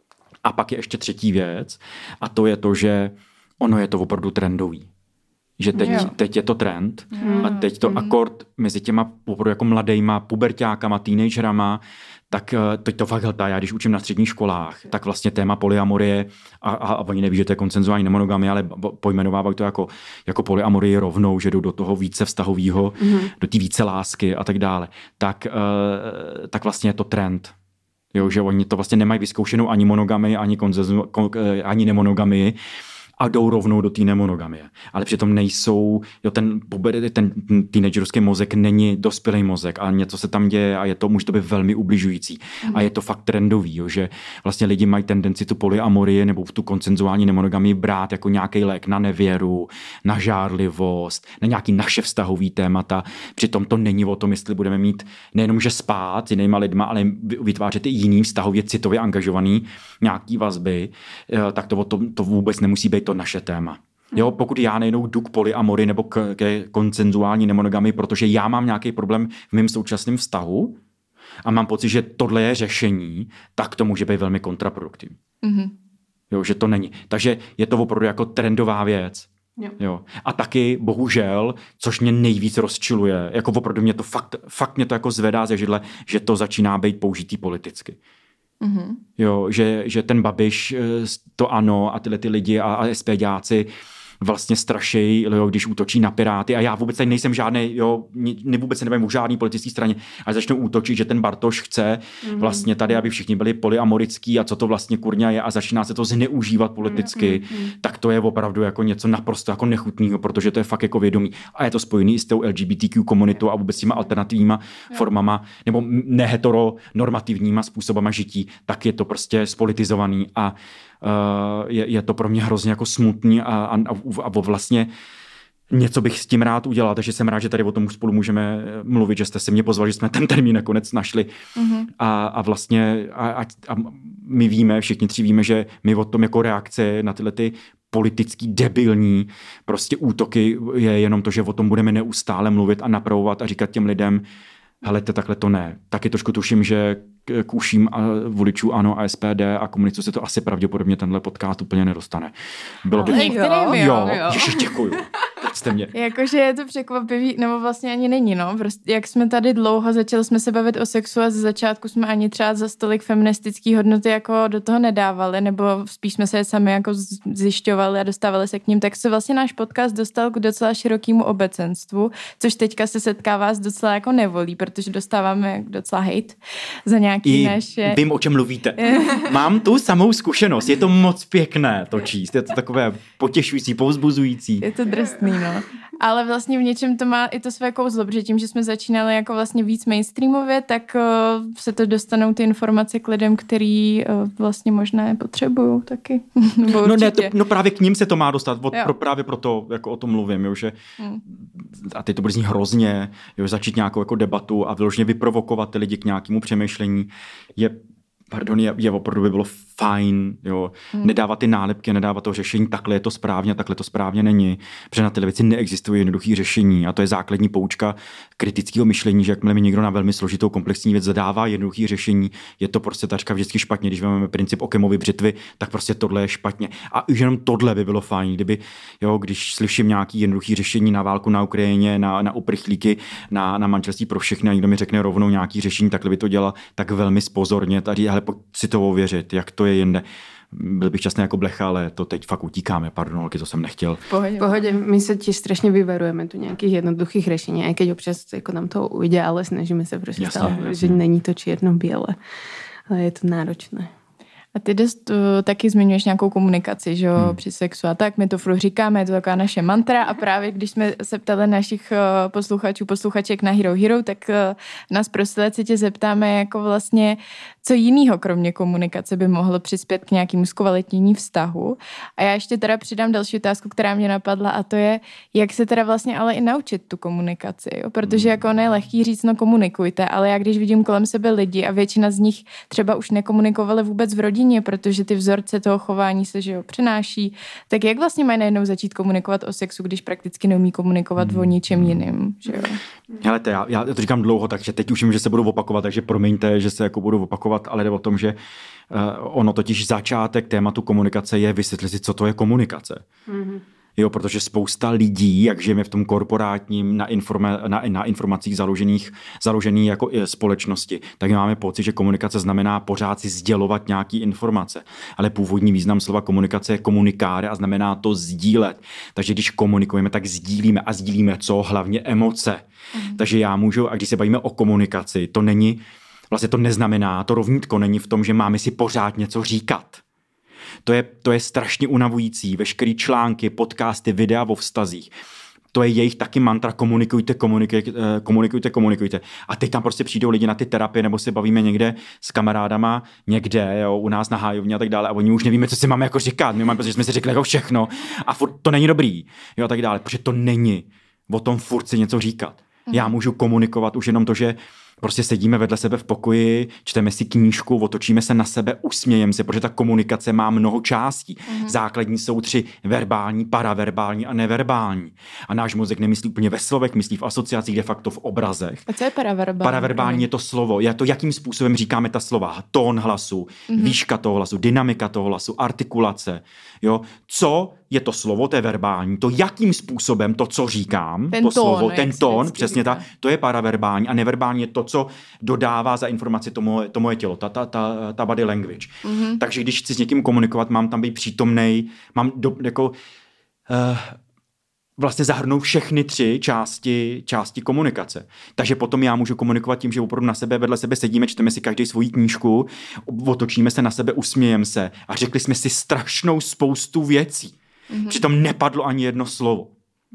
A pak je ještě třetí věc a to je to, že ono je to opravdu trendový. Že teď, teď je to trend mm. a teď to mm. akord mezi těma opravdu jako mladejma puberťákama, teenagerama, tak teď to fakt hltá. Já když učím na středních školách, tak vlastně téma polyamorie a, a, a oni neví, že to je konsenzuální nemonogamie, ale pojmenovávají to jako, jako polyamorie rovnou, že jdou do toho více vztahového, mm. do té více lásky a tak dále. Tak, uh, tak vlastně je to trend. Jo, že oni to vlastně nemají vyzkoušenou ani monogamii, ani, konzenzu, ani nemonogamii a jdou rovnou do té nemonogamie. Ale přitom nejsou, jo, ten, ten teenagerský mozek není dospělý mozek a něco se tam děje a je to, může to být velmi ubližující. Mm. A je to fakt trendový, jo, že vlastně lidi mají tendenci tu polyamorii nebo tu konsenzuální nemonogamii brát jako nějaký lék na nevěru, na žárlivost, na nějaký naše vztahový témata. Přitom to není o tom, jestli budeme mít nejenom že spát s jinýma lidma, ale vytvářet i jiný vztahově citově angažovaný nějaký vazby, tak to, to, to vůbec nemusí být to naše téma. Jo, pokud já nejednou jdu k polyamory nebo k, k konsenzuální nemonogamii, protože já mám nějaký problém v mém současném vztahu a mám pocit, že tohle je řešení, tak to může být velmi kontraproduktivní. Mm-hmm. Jo, že to není. Takže je to opravdu jako trendová věc. Jo. Jo. A taky, bohužel, což mě nejvíc rozčiluje, jako opravdu mě to fakt, fakt mě to jako zvedá ze židle, že to začíná být použitý politicky. Mm-hmm. Jo, že, že ten Babiš, to ANO a tyhle ty lidi a, a SPDáci vlastně strašejí, jo, když útočí na Piráty a já vůbec tady nejsem žádný, jo, ne, vůbec se nevím o žádný politické straně, ale začnou útočit, že ten Bartoš chce mm-hmm. vlastně tady, aby všichni byli polyamorický a co to vlastně kurňa je a začíná se to zneužívat politicky, mm-hmm. tak to je opravdu jako něco naprosto jako nechutného, protože to je fakt jako vědomí. A je to spojený s tou L G B T Q komunitou a vůbec s těma alternativníma jo. formama nebo neheteronormativníma způsobama žití, tak je to prostě spolitizovaný a Uh, je, je to pro mě hrozně jako smutný a, a, a vlastně něco bych s tím rád udělal, takže jsem rád, že tady o tom spolu můžeme mluvit, že jste se mě pozvali, že jsme ten termín nakonec našli mm-hmm. a, a vlastně a, a, a my víme, všichni tři víme, že my o tom jako reakce na tyhle ty politický debilní prostě útoky je jenom to, že o tom budeme neustále mluvit a napravovat a říkat těm lidem, hele, takhle to ne. Taky trošku tuším, že k uším voličů ANO a S P D a komunistů se to asi pravděpodobně tenhle podcast úplně nedostane. Bylo by... Jo, jo, jo. Ježiš, děkuju. Teď jste mě. Jakože je to překvapivý, nebo vlastně ani není, no. Prostě, jak jsme tady dlouho začali jsme se bavit o sexu a ze začátku jsme ani třeba za stolik feministický hodnoty jako do toho nedávali, nebo spíš jsme se sami jako zjišťovali a dostávali se k ním, tak se vlastně náš podcast dostal k docela širokému obecenstvu, což teďka se setkává s docela jako nevolí, protože dostáváme docela hate za nějaký I naše... vím, o čem mluvíte. Mám tu samou zkušenost. Je to moc pěkné to číst. Je to takové potěšující, povzbuzující. Je to drsný, no. Ale vlastně v něčem to má i to své kouzlo, protože tím, že jsme začínali jako vlastně víc mainstreamově, tak uh, se to dostanou ty informace k lidem, který uh, vlastně možná je potřebují taky. no, ne, to, no právě k ním se to má dostat. Od, pro, právě proto jako o tom mluvím. Jo, že, hmm. A teď to bude znít hrozně, jo, začít nějakou jako debatu a vyloženě vyprovokovat ty lidi k nějakému přemýšlení je, pardon, je, je opravdu by bylo fajn, jo, hmm. nedávat ty nálepky, nedávat to řešení, takhle je to správně, takhle to správně není, protože na tyhle věci neexistuje jednoduchý řešení a to je základní poučka kritického myšlení, že jakmile mi někdo na velmi složitou komplexní věc zadává jednoduchý řešení, je to prostě tačka vždycky špatně, když máme princip Okemovy břitvy, tak prostě tohle je špatně. A už jenom tohle by bylo fajn, kdyby, jo, když slyším nějaký jednoduchý řešení na válku na Ukrajině, na, na uprchlíky, na, na manželství pro všechny a někdo mi řekne rovnou nějaký řešení, takhle by to dělal, tak velmi spozorně tady, ale pojď si to ověřit, jak to je jinde. Byl bych časný jako blecha, ale to teď fakt utíkáme, pardon, holky, to jsem nechtěl. V pohodě, pohodě. My se tiež strašně vyvarujeme tu nějakých jednoduchých řešení, aj keď občas jako nám to ujde, ale snažíme se prostě stále, že není to čierno-biele, ale je to náročné. A ty dost uh, taky zmiňuješ nějakou komunikaci, že jo, hmm. při sexu a tak, my to furt říkáme, je to taková naše mantra a právě když jsme se ptali našich uh, posluchačů, posluchaček na Hero Hero, tak uh, nás prosili, se tě zeptáme jako vlastně, co jinýho kromě komunikace by mohlo přispět k nějakému zkvalitnění vztahu. A já ještě teda přidám další otázku, která mě napadla a to je, jak se teda vlastně ale i naučit tu komunikaci, jo? Protože jako ono je lehký říct, no komunikujte, ale já když vidím kolem sebe lidi a většina z nich třeba už nekomunikovali vůbec v rodině, protože ty vzorce toho chování se, že jo, přenáší, tak jak vlastně mají najednou začít komunikovat o sexu, když prakticky neumí komunikovat hmm. o ničem jiným, že jo? Hele, to já, já to říkám dlouho, takže teď už vím, že se budu opakovat, takže promiňte, že se jako budu opakovat, ale jde o tom, že uh, ono totiž začátek tématu komunikace je vysvětlit si, co to je komunikace. Mm-hmm. Jo, protože spousta lidí, jak žijeme v tom korporátním na, informa, na, na informacích založených, založený jako společnosti, tak máme pocit, že komunikace znamená pořád si sdělovat nějaký informace. Ale původní význam slova komunikace je komunikáre a znamená to sdílet. Takže když komunikujeme, tak sdílíme a sdílíme co? Hlavně emoce. Mm. Takže já můžu, a když se bavíme o komunikaci, to není, vlastně to neznamená, to rovnítko není v tom, že máme si pořád něco říkat. To je, to je strašně unavující. Veškerý články, podcasty, videa o vztazích. To je jejich taky mantra, komunikujte, komunikujte, komunikujte, komunikujte. A teď tam prostě přijdou lidi na ty terapie, nebo se bavíme někde s kamarádama, někde, jo, u nás na hájovně a tak dále. A oni už nevíme, co si máme jako říkat. My máme, protože jsme si řekli jako všechno. A furt to není dobrý. Jo, a tak dále. Protože to není o tom furt si něco říkat. Mm. Já můžu komunikovat už jenom to, že prostě sedíme vedle sebe v pokoji, čteme si knížku, otočíme se na sebe, usmějeme se, protože ta komunikace má mnoho částí. Mm-hmm. Základní jsou tři, verbální, paraverbální a neverbální. A náš mozek nemyslí úplně ve slovech, myslí v asociacích, de facto v obrazech. A co je paraverbální? Paraverbální je to slovo. Je to, jakým způsobem říkáme ta slova. Tón hlasu, mm-hmm. výška toho hlasu, dynamika toho hlasu, artikulace. Jo? Co je to slovo, to je verbální, to jakým způsobem, to, co říkám, ten to tón, slovo, ten tón, přesně ta, to je paraverbální a neverbální je to, co dodává za informaci to moje, to moje tělo, ta, ta, ta, ta body language. Mm-hmm. Takže když chci s někým komunikovat, mám tam být přítomnej, mám do, jako uh, vlastně zahrnou všechny tři části, části komunikace. Takže potom já můžu komunikovat tím, že opravdu na sebe, vedle sebe sedíme, čteme si každý svoji knížku, otočíme se na sebe, usmějeme se a řekli jsme si strašnou spoustu věcí. Mm-hmm. Přitom nepadlo ani jedno slovo.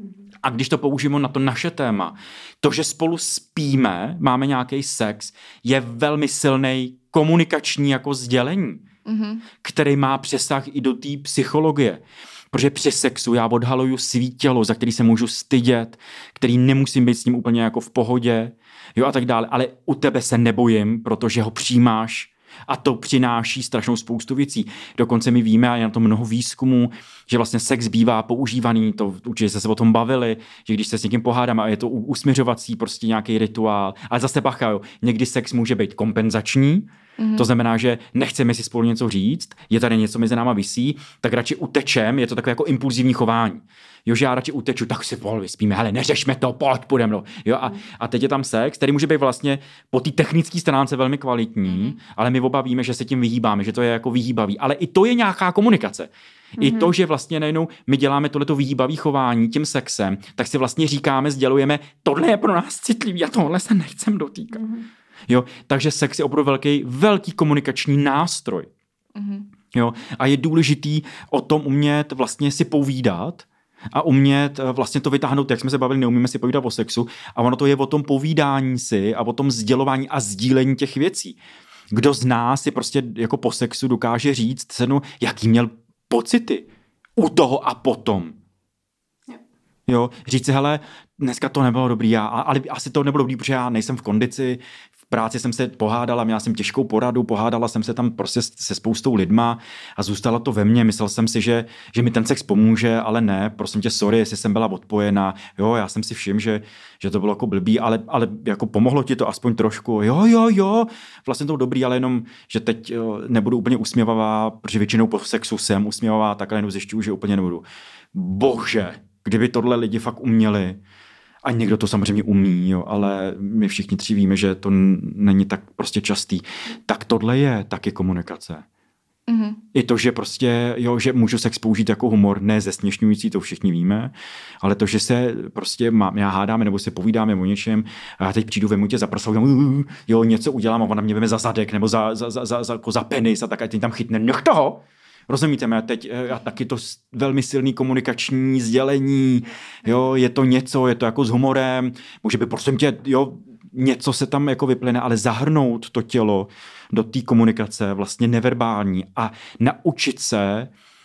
A když to použijeme na to naše téma, to, že spolu spíme, máme nějaký sex, je velmi silný komunikační jako sdělení, mm-hmm. který má přesah i do té psychologie. Protože při sexu já odhaluju svý tělo, za který se můžu stydět, který nemusím být s ním úplně jako v pohodě, jo a tak dále, ale u tebe se nebojím, protože ho přijímáš a to přináší strašnou spoustu věcí. Dokonce my víme, a je na to mnoho výzkumů, že vlastně sex bývá používaný, to určitě jste se o tom bavili, že když se s někým pohádáme a je to usměřovací prostě nějaký rituál, ale zase bacha, jo, někdy sex může být kompenzační, mm-hmm. to znamená, že nechceme si spolu něco říct, je tady něco mezi náma visí, tak radši utečem, je to takové jako impulzivní chování. Jo, že já radši uteču, tak si vol vyspíme, hele, neřešme to, pojď, půjdeme. No. Jo, a, a teď je tam sex, který může být vlastně po té technické stránce velmi kvalitní, mm-hmm. ale my oba víme, že se tím vyhýbáme, že to je jako vyhýbavý. Ale i to je nějaká komunikace. Mm-hmm. I to, že vlastně najednou my děláme tohleto vyhýbavý chování tím sexem, tak si vlastně říkáme, sdělujeme, tohle je pro nás citlivý a tohle se nechcem dotýkat. Mm-hmm. Jo, takže sex je opravdu velký, velký komunikační nástroj. Mm-hmm. Jo, a je důležitý o tom umět vlastně si povídat a umět vlastně to vytáhnout, jak jsme se bavili, neumíme si povídat o sexu a ono to je o tom povídání si a o tom sdělování a sdílení těch věcí. Kdo z nás si prostě jako po sexu dokáže říct cenu, jaký měl pocity u toho a potom. Jo, říct si, hele, dneska to nebylo dobrý, já, ale asi to nebylo dobrý, protože já nejsem v kondici, v práci jsem se pohádala, měla jsem těžkou poradu, pohádala jsem se tam prostě se spoustou lidma a zůstalo to ve mně, myslel jsem si, že, že mi ten sex pomůže, ale ne, prosím tě, sorry, jestli jsem byla odpojena, jo, já jsem si všiml, že, že to bylo jako blbý, ale, ale jako pomohlo ti to aspoň trošku, jo, jo, jo, vlastně to dobrý, ale jenom, že teď jo, nebudu úplně usměvavá, protože většinou po sexu jsem usměvavá, tak ale jenom zjišťuju, že úplně nebudu. Bože, kdyby tohle lidi fakt uměli, a někdo to samozřejmě umí, jo, ale my všichni tři víme, že to není tak prostě častý. Tak tohle je taky komunikace. Mm-hmm. I to, že prostě, jo, že můžu sex použít jako humor, ne zesměšňující, to všichni víme, ale to, že se prostě má, já hádáme nebo se povídáme o něčem a já teď přijdu, vemu tě za prsa, jo, něco udělám a ona mě veme za zadek nebo za, za, za, za, za, jako za penis a tak a teď tam chytne, nech toho! Rozumíte mě, teď a taky to velmi silný komunikační sdělení, jo, je to něco, je to jako s humorem, může být prosím tě, jo, něco se tam jako vyplyne, ale zahrnout to tělo do té komunikace vlastně neverbální a naučit se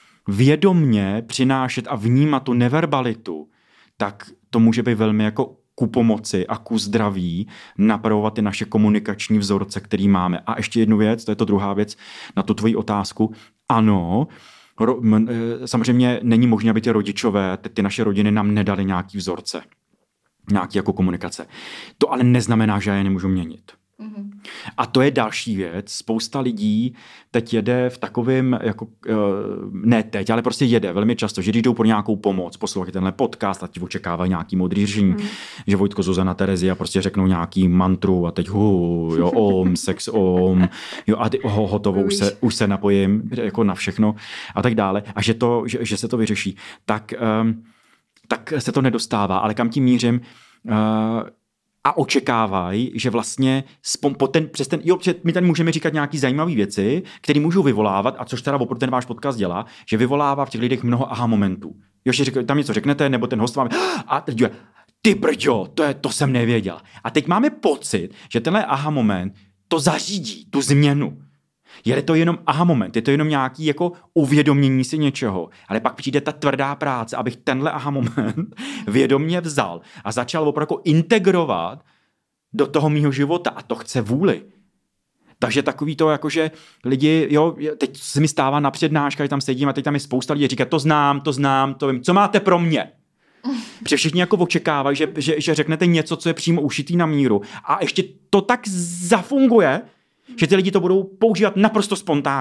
vědomně přinášet a vnímat tu neverbalitu, tak to může být velmi jako ku pomoci a ku zdraví napravovat ty naše komunikační vzorce, který máme. A ještě jednu věc, to je to druhá věc na tu tvoji otázku. Ano, ro, m, samozřejmě není možné, aby ty rodičové, ty, ty naše rodiny nám nedali nějaký vzorce, nějaký jako komunikace. To ale neznamená, že já je nemůžu měnit. Mm-hmm. A to je další věc. Spousta lidí teď jede v takovém, jako, ne teď, ale prostě jede velmi často, že když jdou pro nějakou pomoc, poslouchají tenhle podcast a ti očekávají nějaký modrý řešení, mm. že Vojtko, Zuzana, Terezia prostě řeknou nějaký mantru a teď hu, jo, om, sex, om, jo, a ty, ho, hotovo, už se, už se napojím jako na všechno a tak dále. A že, to, že, že se to vyřeší. Tak, um, tak se to nedostává. Ale kam tím mířím? Uh, A očekávají, že vlastně po ten, přes ten, jo, my tady můžeme říkat nějaký zajímavé věci, které můžou vyvolávat, a což teda opravdu ten váš podcast dělá, že vyvolává v těch lidech mnoho aha momentů. Jo, že řek, tam něco řeknete, nebo ten host vám, a teď je, ty brďo, to, je, to jsem nevěděl. A teď máme pocit, že tenhle aha moment to zařídí, tu změnu. Je to jenom aha moment, je to jenom nějaký jako uvědomění si něčeho, ale pak přijde ta tvrdá práce, abych tenhle aha moment vědomě vzal a začal opravdu jako integrovat do toho mýho života a to chce vůli. Takže takový to, jakože lidi, jo, teď se mi stává na přednáškách, že tam sedím a teď tam je spousta lidí, říká, to znám, to znám, to vím, co máte pro mě? Protože všichni jako očekávají, že, že, že řeknete něco, co je přímo ušitý na míru a ještě to tak zafunguje, že ty lidi to budou používat naprosto spontánně.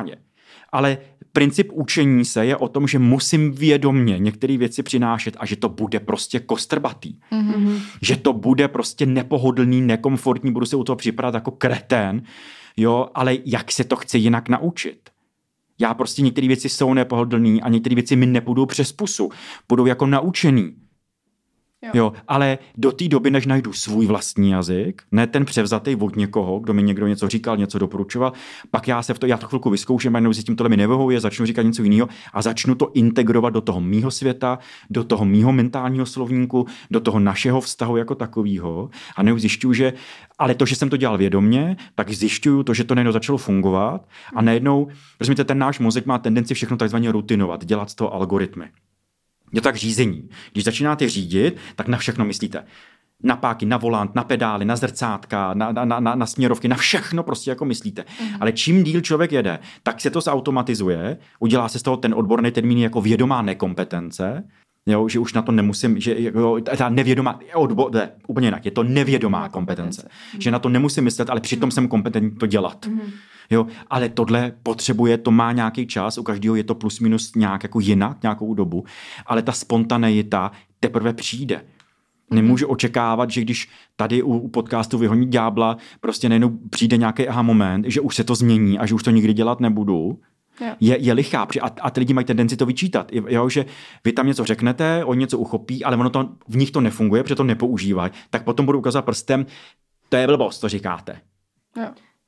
Ale princip učení se je o tom, že musím vědomně některé věci přinášet a že to bude prostě kostrbatý. Mm-hmm. Že to bude prostě nepohodlný, nekomfortní, budu se u toho připadat jako kretén, jo, ale jak se to chce jinak naučit? Já prostě některé věci jsou nepohodlný a některé věci mi nepůjdou přes pusu. Budou jako naučený. Jo. jo, ale do té doby, než najdu svůj vlastní jazyk, ne ten převzatý od někoho, kdo mi někdo něco říkal, něco doporučoval, pak já se v to, já to chvilku vyzkouším, a jenom zjistím, tohle mi nevyhovuje, začnu říkat něco jiného a začnu to integrovat do toho mýho světa, do toho mýho mentálního slovníku, do toho našeho vztahu jako takového. A než zjišťuju, že, ale to, že jsem to dělal vědomě, tak zjišťuju to, že to najednou začalo fungovat a najednou, protože ten náš mozek má tendenci všechno takzvaně rutinovat, dělat z toho algoritmy. Je to tak řízení. Když začínáte řídit, tak na všechno myslíte. Na páky, na volant, na pedály, na zrcátka, na, na, na, na směrovky, na všechno prostě jako myslíte. Mm-hmm. Ale čím díl člověk jede, tak se to zautomatizuje, udělá se z toho ten odborný termín jako vědomá nekompetence, jo, že už na to nemusím, že jo, ta nevědomá, odbo, ne, úplně jinak, je to nevědomá kompetence. kompetence. Že na to nemusím myslet, ale přitom mm-hmm. jsem kompetentní to dělat. Mm-hmm. Jo, ale tohle potřebuje, to má nějaký čas, u každého je to plus minus nějak jako jinak, nějakou dobu, ale ta spontaneita teprve přijde. Nemůžu očekávat, že když tady u, u podcastu Vyhonit ďábla prostě najednou přijde nějaký aha moment, že už se to změní a že už to nikdy dělat nebudu. Je, je lichá. A, a ty lidi mají tendenci to vyčítat. Jo, že vy tam něco řeknete, oni něco uchopí, ale ono to, v nich to nefunguje, protože to nepoužívají. Tak potom budu ukazovat prstem, to je blbost, to říkáte. Jo.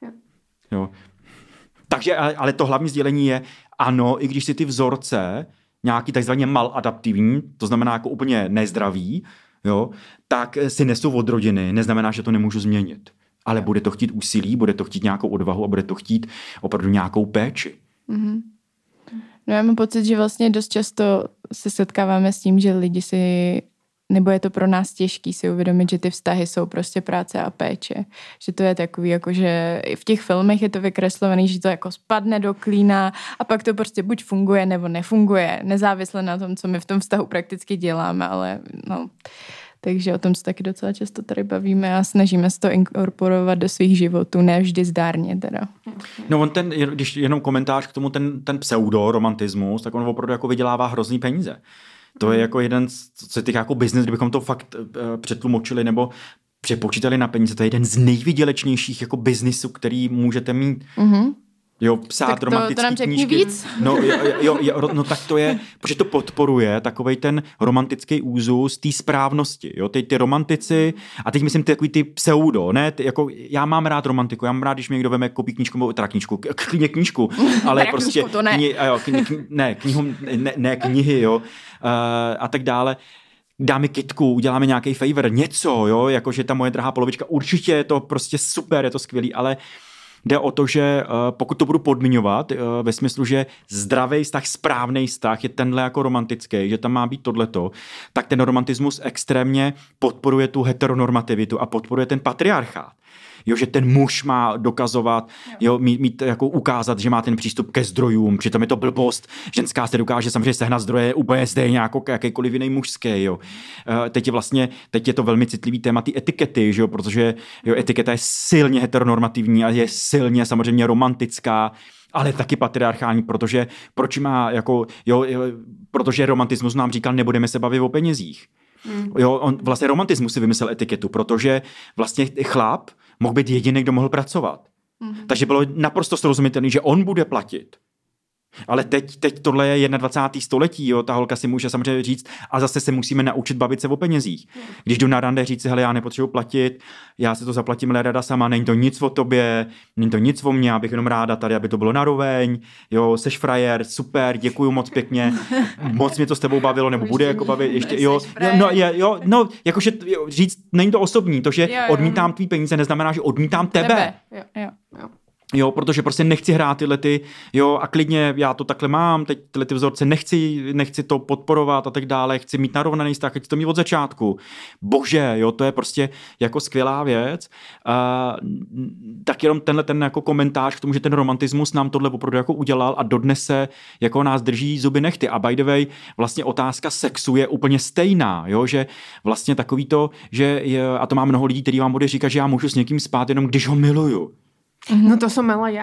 Jo. Takže, ale to hlavní sdělení je, ano, i když si ty vzorce nějaký takzvaně maladaptivní, to znamená jako úplně nezdravý, jo, tak si nesou od rodiny, neznamená, že to nemůžu změnit. Ale bude to chtít úsilí, bude to chtít nějakou odvahu a bude to chtít opravdu nějakou péči. Mm-hmm. No já mám pocit, že vlastně dost často se setkáváme s tím, že lidi si, nebo je to pro nás těžký si uvědomit, že ty vztahy jsou prostě práce a péče. Že to je takový, jako že v těch filmech je to vykreslovaný, že to jako spadne do klína a pak to prostě buď funguje, nebo nefunguje. Nezávisle na tom, co my v tom vztahu prakticky děláme, ale no... Takže o tom se taky docela často tady bavíme a snažíme se to inkorporovat do svých životů, ne vždy zdárně teda. No on ten, když jenom komentář k tomu, ten, ten pseudoromantismus, tak on opravdu jako vydělává hrozný peníze. To je jako jeden, co se týká jako business, kdybychom to fakt uh, přetlumočili nebo přepočítali na peníze, to je jeden z nejvydělečnějších jako biznisů, který můžete mít. Mm-hmm. Jo, psát tak to, romantický to nám řekni knížky. Víc. No, jo, jo, jo, no tak to je, protože to podporuje takovej ten romantický úzus té správnosti. Jo, ty, ty romantici, a teď myslím ty takový ty pseudo, ne, ty, jako já mám rád romantiku, já mám rád, když mi někdo veme koupí knížku, nebo teda knížku, klidně knížku, ale prostě to ne. Kni, jo, kni, kni, ne, knihu, ne, ne, knihy, jo, uh, a tak dále. Dáme kitku, uděláme nějaký favor, něco, jo, jakože ta moje drahá polovička, určitě je to prostě super, je to skvělý, ale jde o to, že pokud to budu podmiňovat ve smyslu, že zdravý vztah, správný vztah je tenhle jako romantický, že tam má být tohleto, tak ten romantismus extrémně podporuje tu heteronormativitu a podporuje ten patriarchát. Jo, že ten muž má dokazovat, jo, mít, mít, jako ukázat, že má ten přístup ke zdrojům, přitom je to blbost. Ženská se dokáže samozřejmě sehnat zdroje úplně stejně jako jakýkoliv jiný mužský, jo. Teď je vlastně, teď je to velmi citlivý téma ty etikety, že jo, protože jo, etiketa je silně heteronormativní a je silně samozřejmě romantická, ale taky patriarchální, protože proč má jako, jo, jo protože romantismus nám říkal, nebudeme se bavit o penězích. Mm. Jo, on vlastně romantismus si vymyslel etiketu, protože vlastně chlap mohl být jediný, kdo mohl pracovat. Mm. Takže bylo naprosto srozumitelné, že on bude platit. Ale teď, teď tohle je dvacátého prvního století, jo, ta holka si může samozřejmě říct a zase se musíme naučit bavit se o penězích. Mm. Když jdu na rande říct si, hele, já nepotřebuji platit, já si to zaplatím ráda sama, není to nic o tobě, není to nic o mně, abych jenom ráda tady, aby to bylo naroveň, jo, seš frajer, super, děkuju moc pěkně, moc mě to s tebou bavilo, nebo bude jako bavit, ještě, jo, no, je, jo, no, jakože jo, říct, není to osobní, to, že jo, jo. odmítám tvý peníze, neznamená, že odmítám tebe. tebe. Jo, jo, jo. Jo, protože prostě nechci hrát tyhle ty, jo, a klidně já to takhle mám, teď tyhle ty vzorce nechci, nechci to podporovat a tak dále, chci mít narovnaný vztah, chci to mít od začátku. Bože, jo, to je prostě jako skvělá věc. Uh, tak jenom tenhle ten jako komentář k tomu, že ten romantismus nám tohle opravdu jako udělal a dodnes se jako nás drží zuby nechty. A by the way, vlastně otázka sexu je úplně stejná, jo, že vlastně takový to, že je, a to má mnoho lidí, kteří vám bude říkat, že já můžu s někým spát jenom když ho miluju. No to som mala ja.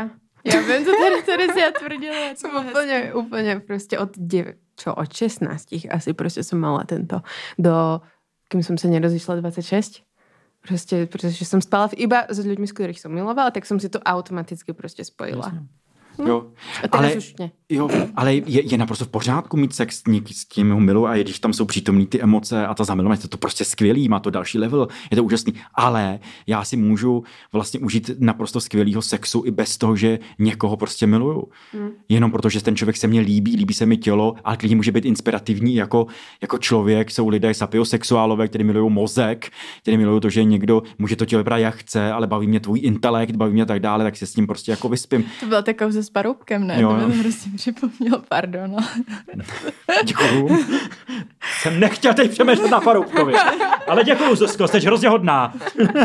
Já vím, to tady, tady si já tvrdila. Jsem úplně, úplně prostě od dev, čo, od šestnástich asi prostě jsem mala tento do, kým jsem se nerozišla dvacet šest. Prostě, protože jsem spala iba s ľuďmi, s ktorých som milovala, tak som si to automaticky prostě spojila. Jasně. No. Jo, ale, jo, ale je, je naprosto v pořádku mít sex s tím ho milu a když tam jsou přítomný ty emoce a ta zamilovanost, je to prostě skvělý, má to další level, je to úžasný, ale já si můžu vlastně užít naprosto skvělýho sexu i bez toho, že někoho prostě miluju. Hmm. Jenom protože ten člověk se mně líbí, líbí se mi tělo, ale klidně může být inspirativní jako, jako člověk, jsou lidé sapiosexuálové, kteří milují mozek, kteří milují to, že někdo může to tělo vypadat jak chce, ale baví mě tvůj intelekt, baví mě tak dále, tak se s tím prostě jako vyspím. To byla taková s Paroubkem, ne? Jo, to mi to prostě připomněl, pardon. Děkuju. Jsem nechtěl teď přemýšlet na Paroubkovi. Ale děkuju, Zuzko, jsi hrozně hodná.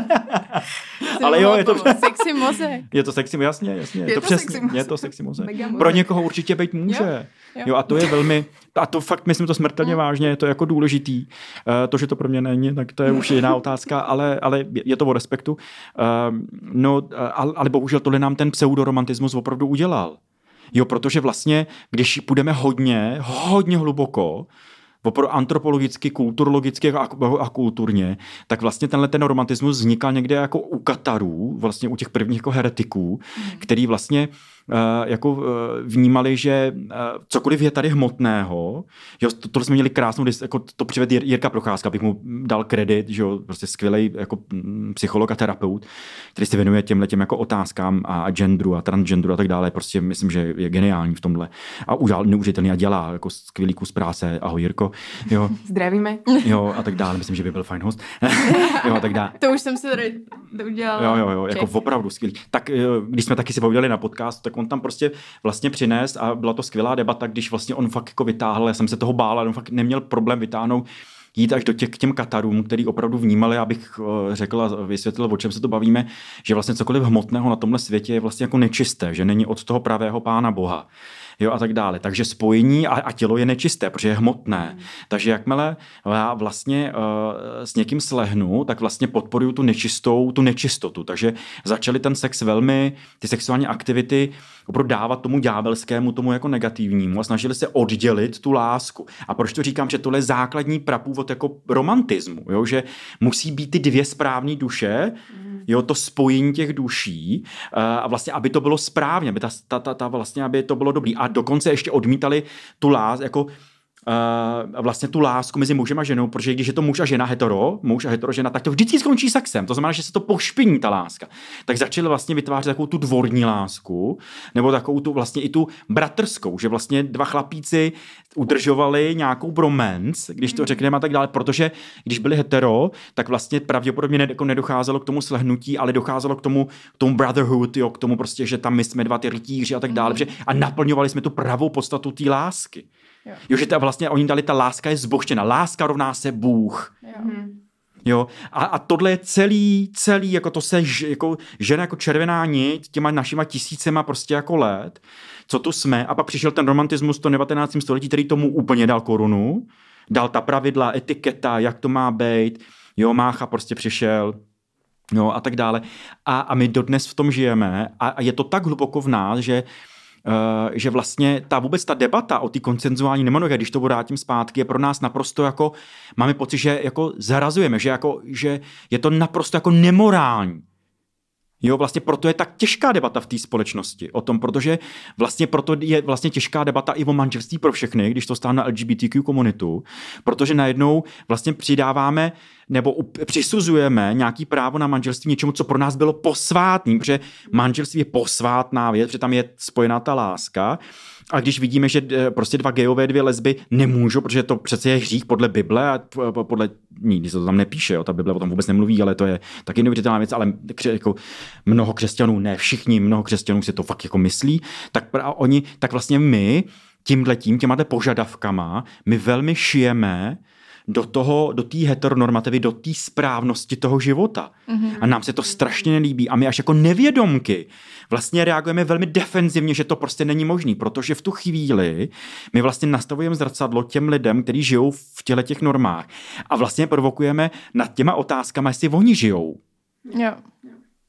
Ale jo, je to... Sexy mozek. Je to sexy, jasně, jasně. Je, je to, to přesně, sexy mozek. Je to sexy mozek. Pro někoho určitě být může. Jo, jo. jo, a to je velmi... A to fakt myslím to smrtelně mm. vážně, je to jako důležitý. Uh, to, že to pro mě není, tak to je už jiná otázka, ale, ale je to o respektu. Uh, no, ale, ale bohužel tohle nám ten pseudoromantismus opravdu udělal. Jo, protože vlastně, když půjdeme hodně, hodně hluboko, opravdu antropologicky, kulturologicky a, a kulturně, tak vlastně tenhle ten romantismus vznikal někde jako u Katarů, vlastně u těch prvních jako heretiků, mm. který vlastně Uh, jako uh, vnímali, že uh, cokoliv je tady hmotného, jo, to, tohle jsme měli krásnou, jako to přived Jirka Procházka, bych mu dal kredit, že jo, prostě skvělej jako psycholog a terapeut, který se věnuje těmhle těm jako otázkám a, a genderu a transgenderu a tak dále, prostě myslím, že je geniální v tomhle a udělal neuvěřitelný a dělá jako skvělý kus práce, ahoj Jirko, jo. Zdravíme. Jo, a tak dále, myslím, že by byl fajn host. Jo, a tak dále. To už jsem si tady udělala. Jo, jo, jo, jako opravdu skvělý. Tak když jsme taky si povídali na podcast, tak on tam prostě vlastně přines a byla to skvělá debata, když vlastně on fakt jako vytáhl, já jsem se toho bál, ale on fakt neměl problém vytáhnout, jít až do těch k těm Katarům, který opravdu vnímali, abych řekl a vysvětlil, o čem se to bavíme, že vlastně cokoliv hmotného na tomhle světě je vlastně jako nečisté, že není od toho pravého Pána Boha. Jo, a tak dále. Takže spojení a, a tělo je nečisté, protože je hmotné. Mm. Takže jakmile já vlastně uh, s někým slehnu, tak vlastně podporuju tu nečistou, tu nečistotu. Takže začali ten sex velmi, ty sexuální aktivity opravdu dávat tomu ďábelskému, tomu jako negativnímu a snažili se oddělit tu lásku. A proč to říkám, že tohle je základní prapůvod jako romantismu, jo? Že musí být ty dvě správné duše, mm. jo, to spojení těch duší uh, a vlastně, aby to bylo správně, aby ta, ta, ta, ta vlastně, aby to bylo dobrý. A dokonce ještě odmítali tu lásku, jako uh, vlastně tu lásku mezi mužem a ženou, protože když je to muž a žena hetero, muž a hetero žena, tak to vždycky skončí sexem. To znamená, že se to pošpiní ta láska. Tak začali vlastně vytvářet takovou tu dvorní lásku, nebo takovou tu vlastně i tu bratrskou, že vlastně dva chlapíci udržovali nějakou bromance, když to řekneme a tak dále, protože když byli hetero, tak vlastně pravděpodobně ne, jako nedocházelo k tomu slehnutí, ale docházelo k tomu, k tomu brotherhood, jo, k tomu prostě, že tam my jsme dva ty rytíři a tak dále, mm. a naplňovali jsme tu pravou podstatu té lásky. Jo. jo, že ta vlastně oni dali, ta láska je zbožtěna. Láska rovná se Bůh. Jo. Jo, a, a tohle je celý, celý, jako to se jako, žena jako červená niť těma našima tisícema prostě jako let, co tu jsme, a pak přišel ten romantismus v devatenáctém století, který tomu úplně dal korunu, dal ta pravidla, etiketa, jak to má být, jo, Mácha prostě přišel, jo, a tak dále. A, a my dodnes v tom žijeme a, a je to tak hluboko v nás, že Uh, že vlastně ta vůbec ta debata o té konsenzuální nemonogamii, když to vrátím zpátky, je pro nás naprosto jako, máme pocit, že jako zarazujeme, že, jako, že je to naprosto jako nemorální. Jo, vlastně proto je tak těžká debata v té společnosti o tom, protože vlastně proto je vlastně těžká debata i o manželství pro všechny, když to stáhne na L G B T Q komunitu, protože najednou vlastně přidáváme nebo přisuzujeme nějaký právo na manželství něčemu, co pro nás bylo posvátný, protože manželství je posvátná věc, protože tam je spojená ta láska. A když vidíme, že prostě dva gejové, dvě lesby nemůžou, protože to přece je hřích podle Bible a podle ní, se to tam nepíše, jo, ta Bible o tom vůbec nemluví, ale to je taky neuvěřitelná věc, ale jako mnoho křesťanů, ne všichni, mnoho křesťanů si to fakt jako myslí, tak oni, tak vlastně my tímhletím, těma požadavkama, my velmi šijeme do toho, do té heteronormativy, do té správnosti toho života. Mm-hmm. A nám se to strašně nelíbí. A my až jako nevědomky vlastně reagujeme velmi defenzivně, že to prostě není možný, protože v tu chvíli my vlastně nastavujeme zrcadlo těm lidem, kteří žijou v těle těch normách. A vlastně provokujeme nad těma otázkama, jestli oni žijou. Jo.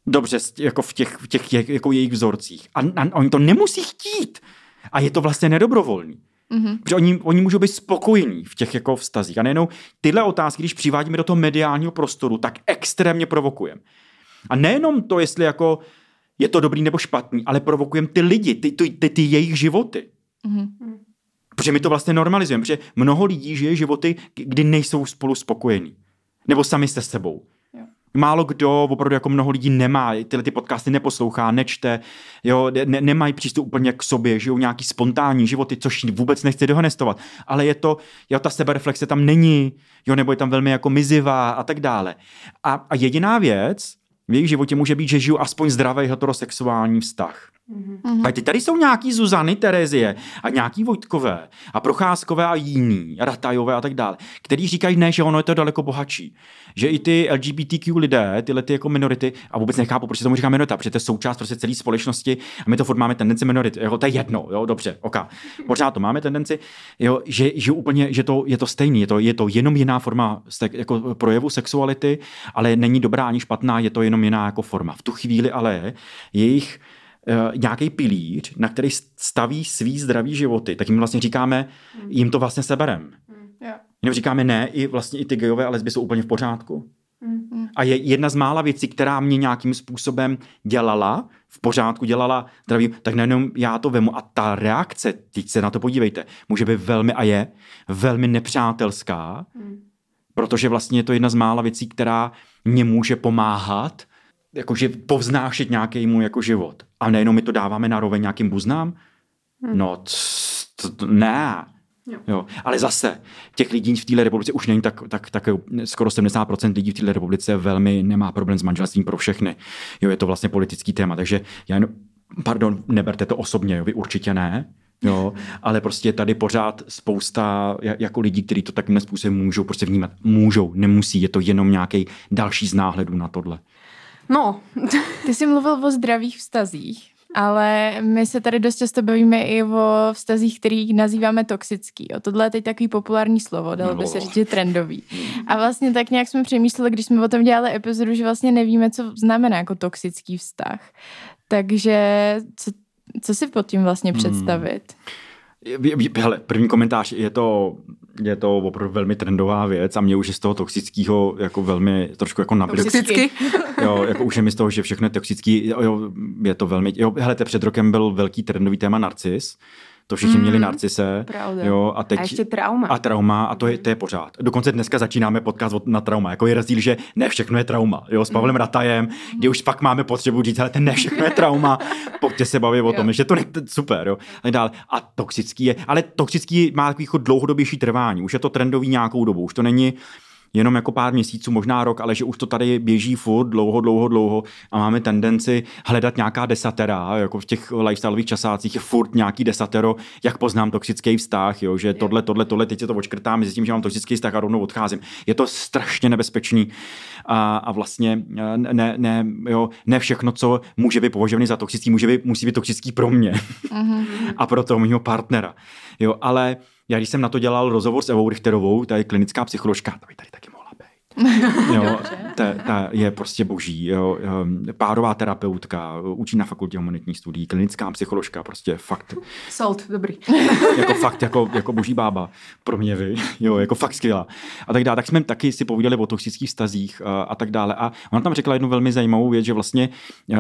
dobře jako v těch, v těch jako jejich vzorcích. A, a oni to nemusí chtít. A je to vlastně nedobrovolný. Mm-hmm. Protože oni, oni můžou být spokojení v těch jako vztazích. A nejenom tyhle otázky, když přivádíme do toho mediálního prostoru, tak extrémně provokujeme. A nejenom to, jestli jako je to dobrý nebo špatný, ale provokujeme ty lidi, ty, ty, ty, ty jejich životy. Mm-hmm. Protože my to vlastně normalizujeme, protože mnoho lidí žije životy, kdy nejsou spolu spokojení. Nebo sami se sebou. Jo. Málo kdo, opravdu jako mnoho lidí nemá, tyhle ty podcasty neposlouchá, nečte, jo, ne, nemají přístup úplně k sobě, žijou nějaký spontánní životy, což vůbec nechci dehonestovat. Ale je to, jo, ta sebereflexe tam není, jo, nebo je tam velmi jako mizivá a tak dále. A, a jediná věc v jejich životě může být, že žijou aspoň zdravý heterosexuální vztah. Mm-hmm. A ty tady jsou nějaký Zuzany, Terezie a nějaký Vojtkové a Procházkové a jiní, a Ratajové a tak dále, který říkají ne, že ono je to daleko bohatší. Že i ty L G B T Q lidé, tyhle ty jako minority, a vůbec nechápu, proč se tomu říká minorita, protože to je součást prostě celé společnosti a my to furt máme tendenci minority. Jo, to je jedno, jo, dobře, ok. Pořád to máme tendenci, jo, že, že úplně, že to je to stejný, je to, je to jenom jiná forma jako projevu sexuality, ale není dobrá ani špatná, je to jenom jiná jako forma. V tu chvíli ale jejich nějaký pilíř, na který staví svý zdravý životy, tak jim vlastně říkáme, jim to vlastně seberem. Yeah. Jim říkáme ne, i vlastně i ty gejové a lesby jsou úplně v pořádku. Mm. A je jedna z mála věcí, která mě nějakým způsobem dělala, v pořádku dělala zdravý, tak nejenom já to vemu a ta reakce, teď se na to podívejte, může být velmi a je velmi nepřátelská, mm. protože vlastně je to jedna z mála věcí, která mě může pomáhat jakože povznášet nějaký můj jako život. A nejenom my to dáváme na roveň nějakým buznám? Hmm. No, t, t, ne. Jo. Jo. Ale zase, těch lidí v téhle republice už není tak, tak, tak skoro sedmdesát procent lidí v téhle republice velmi nemá problém s manželstvím pro všechny. Jo, je to vlastně politický téma, takže já jenom, pardon, neberte to osobně, jo, vy určitě ne. Jo, ale prostě je tady pořád spousta jako lidí, kteří to takovým způsobem můžou prostě vnímat. Můžou, nemusí, je to jenom nějaký další z náhledů na tohle. No. Ty jsi mluvil o zdravých vztazích, ale my se tady dost často bavíme i o vztazích, který nazýváme toxický. O tohle je teď takový populární slovo, dalo by se říct, že trendový. A vlastně tak nějak jsme přemýšleli, když jsme o tom dělali epizodu, že vlastně nevíme, co znamená jako toxický vztah. Takže co, co si pod tím vlastně představit? Hmm. Hele, první komentář, je to, je to opravdu velmi trendová věc a mě už je z toho toxického jako velmi trošku jako nabrk. Toxicky? Jo, jako už je mi z toho, že všechno je toxický, jo, je to velmi, jo, hele, před rokem byl velký trendový téma narcis, to všichni mm, měli narcise. Jo, a, teď, a ještě trauma. A trauma, a to je, to je pořád. Dokonce dneska začínáme podcast na trauma. Jako je rozdíl, že ne všechno je trauma. Jo, s Pavlem mm. Ratajem, kde už fakt máme potřebu říct, ale ten ne všechno je trauma. Pojďte se bavit o tom, že to je super. Jo. A, dál. A toxický je, ale toxický má takový dlouhodobější trvání. Už je to trendový nějakou dobu. Už to není jenom jako pár měsíců, možná rok, ale že už to tady běží furt dlouho, dlouho, dlouho a máme tendenci hledat nějaká desatera, jako v těch lifestyleových časácích je furt nějaký desatero, jak poznám toxický vztah, jo, že tohle, tohle, tohle, teď se to odškrtám, zjistím, že mám toxický vztah a rovnou odcházím. Je to strašně nebezpečný a, a vlastně ne, ne, jo, ne všechno, co může být považovaný za toxický, může být, musí být toxický pro mě mm-hmm. a pro toho mýho partnera. Jo, ale já když jsem na to dělal rozhovor s Evou Richterovou, ta je klinická psycholožka, ta by tady taky mohla být. Jo, ta, ta je prostě boží. Jo, párová terapeutka, učí na fakultě humanitních studií, klinická psycholožka, prostě fakt. Sold, dobrý. Jako fakt, jako, jako boží bába pro mě, vy. Jo, jako fakt skvělá. A tak dále. Tak jsme taky si povídali o toxických vztazích a, a tak dále. A ona tam řekla jednu velmi zajímavou věc, že vlastně,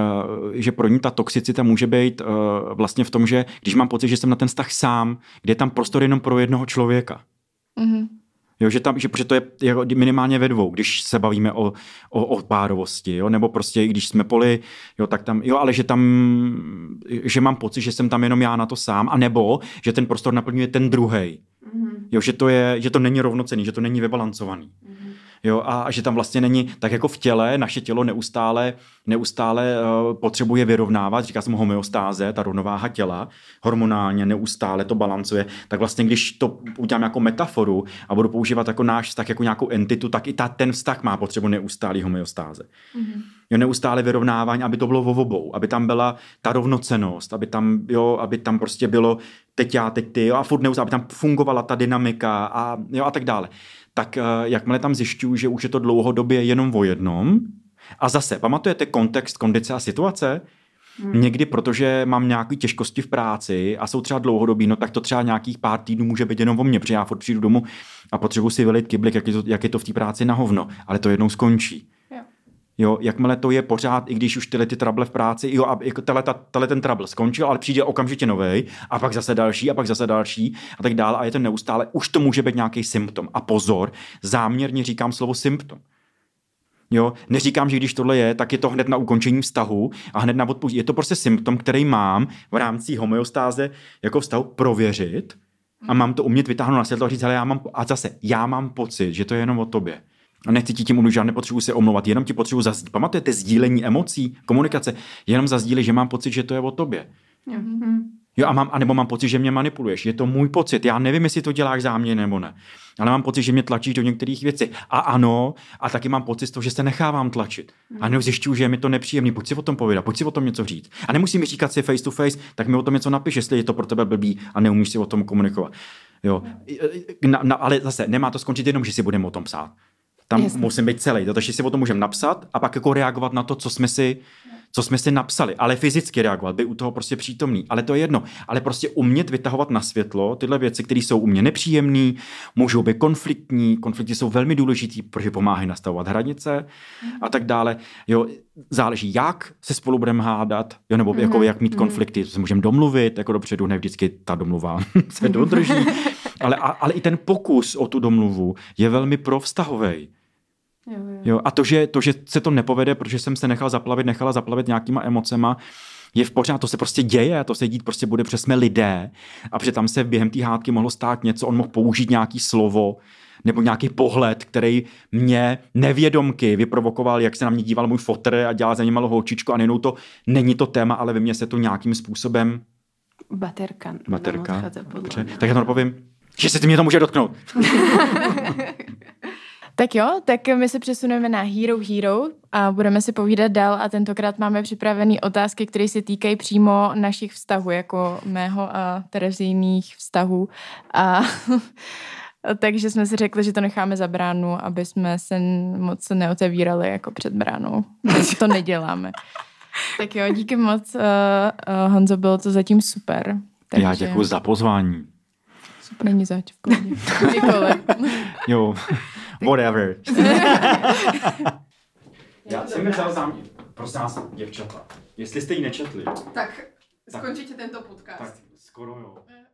že pro ní ta toxicita může být vlastně v tom, že když mám pocit, že jsem na ten vztah sám, kde je tam prostor jenom pro jednoho člověka. Mhm. Jo, že tam, že, protože to je jako minimálně ve dvou, když se bavíme o, o, o párovosti, jo, nebo prostě když jsme poli, jo, tak tam, jo, ale že tam, že mám pocit, že jsem tam jenom já na to sám, a nebo, že ten prostor naplňuje ten druhej. Mm-hmm. Jo, že to je, že to není rovnocenný, že to není vybalancovaný. Mm-hmm. Jo, a, a že tam vlastně není, tak jako v těle, naše tělo neustále, neustále uh, potřebuje vyrovnávat, říká se mu homeostáze, ta rovnováha těla, hormonálně neustále to balancuje, tak vlastně když to udělám jako metaforu a budu používat jako náš vztah jako nějakou entitu, tak i ta, ten vztah má potřebu neustálý homeostáze. Mm-hmm. Jo, neustále vyrovnávání, aby to bylo o obou, aby tam byla ta rovnocennost, aby tam, jo, aby tam prostě bylo teď já, teď ty, jo, a furt neustále, aby tam fungovala ta dynamika a, jo, a tak dále. Tak jakmile tam zjišťuju, že už je to dlouhodobě jenom o jednom, A zase, pamatujete kontext, kondice a situace? Hmm. Někdy, protože mám nějaké těžkosti v práci a jsou třeba dlouhodobý, no tak to třeba nějakých pár týdnů může být jenom o mně, protože já furt přijdu domů a potřebuji si vylit kyblik, jak je to, jak je to v té práci na hovno, ale to jednou skončí. Jo. Jo, jakmile to je pořád, i když už tyhle ty trable v práci, jo, a jako tenhle, tenhle ten trouble skončil, ale přijde okamžitě novej a pak zase další a pak zase další a tak dále a je to neustále, už to může být nějaký symptom. A pozor, záměrně říkám slovo symptom. Jo, neříkám, že když tohle je, tak je to hned na ukončení vztahu a hned na odpuštění. Je to prostě symptom, který mám v rámci homeostáze jako vztahu prověřit a mám to umět vytáhnout na světlo a říct, ale já mám, a zase, já mám pocit, že to je jenom o tobě. A nechci ti tím umluvit, nepotřebuji se omlouvat, jenom ti potřebuji zazdílet. Pamatujete sdílení emocí, komunikace, jenom zazdílit, že mám pocit, že to je o tobě. Mm-hmm. Jo, a mám, anebo mám pocit, že mě manipuluješ. Je to můj pocit. Já nevím, jestli to děláš záměrně nebo ne. Ale mám pocit, že mě tlačíš do některých věcí. A ano, a taky mám pocit z toho, že se nechávám tlačit. A nezjišťuju, že je mi to nepříjemný. Pojď si o tom povědat, pojď si o tom něco říct. A nemusím mi říkat si face to face, tak mi o tom něco napiš, jestli je to pro tebe blbý a neumíš si o tom komunikovat. Jo. Na, na, ale zase nemá to skončit jenom, že si budeme o tom psát. Tam Jasně. musím být celý. Takže si o tom můžeme napsat a pak jako reagovat na to, co jsme si co jsme si napsali, ale fyzicky reagovat, být u toho prostě přítomný, ale to je jedno, ale prostě umět vytahovat na světlo tyhle věci, které jsou u mě nepříjemné, můžou být konfliktní, konflikty jsou velmi důležitý, protože pomáhají nastavovat hranice a tak dále. Jo, záleží, jak se spolu budeme hádat, jo, nebo mm-hmm. jako jak mít konflikty, to se můžeme domluvit, jako dopředu, ne vždycky ta domluva se dodrží, ale, ale i ten pokus o tu domluvu je velmi provztahovej. Jo, jo. Jo, a to že, to, že se to nepovede, protože jsem se nechal zaplavit, nechala zaplavit nějakýma emocema, je v pořád, to se prostě děje, to se dít prostě bude, protože jsme lidé a protože tam se během té hádky mohlo stát něco, on mohl použít nějaký slovo nebo nějaký pohled, který mě nevědomky vyprovokoval, jak se na mě díval můj fotr a dělal za ně malou holčičku a nejenom to, není to téma, ale ve mně se to nějakým způsobem... Baterka. Baterka, dobře. Tak já to povím, že se ty mě to může dotknout. Tak jo, tak my se přesuneme na Hero Hero a budeme si povídat dál a tentokrát máme připravené otázky, které se týkají přímo našich vztahů, jako mého a Terezijných vztahů. A takže jsme si řekli, že to necháme za bránu, aby jsme se moc neotevírali jako před bránou. To neděláme. Tak jo, díky moc, uh, uh, Honzo, bylo to zatím super. Takže... Já děkuji za pozvání. Super. Není zač, v pohodě. Kdykoliv. Jo. Whatever. Já jsem mi vzal záměr. Prosím vás, děvčata. Jestli jste ji nečetli. Tak skončíte tento podcast. Tak skoro jo.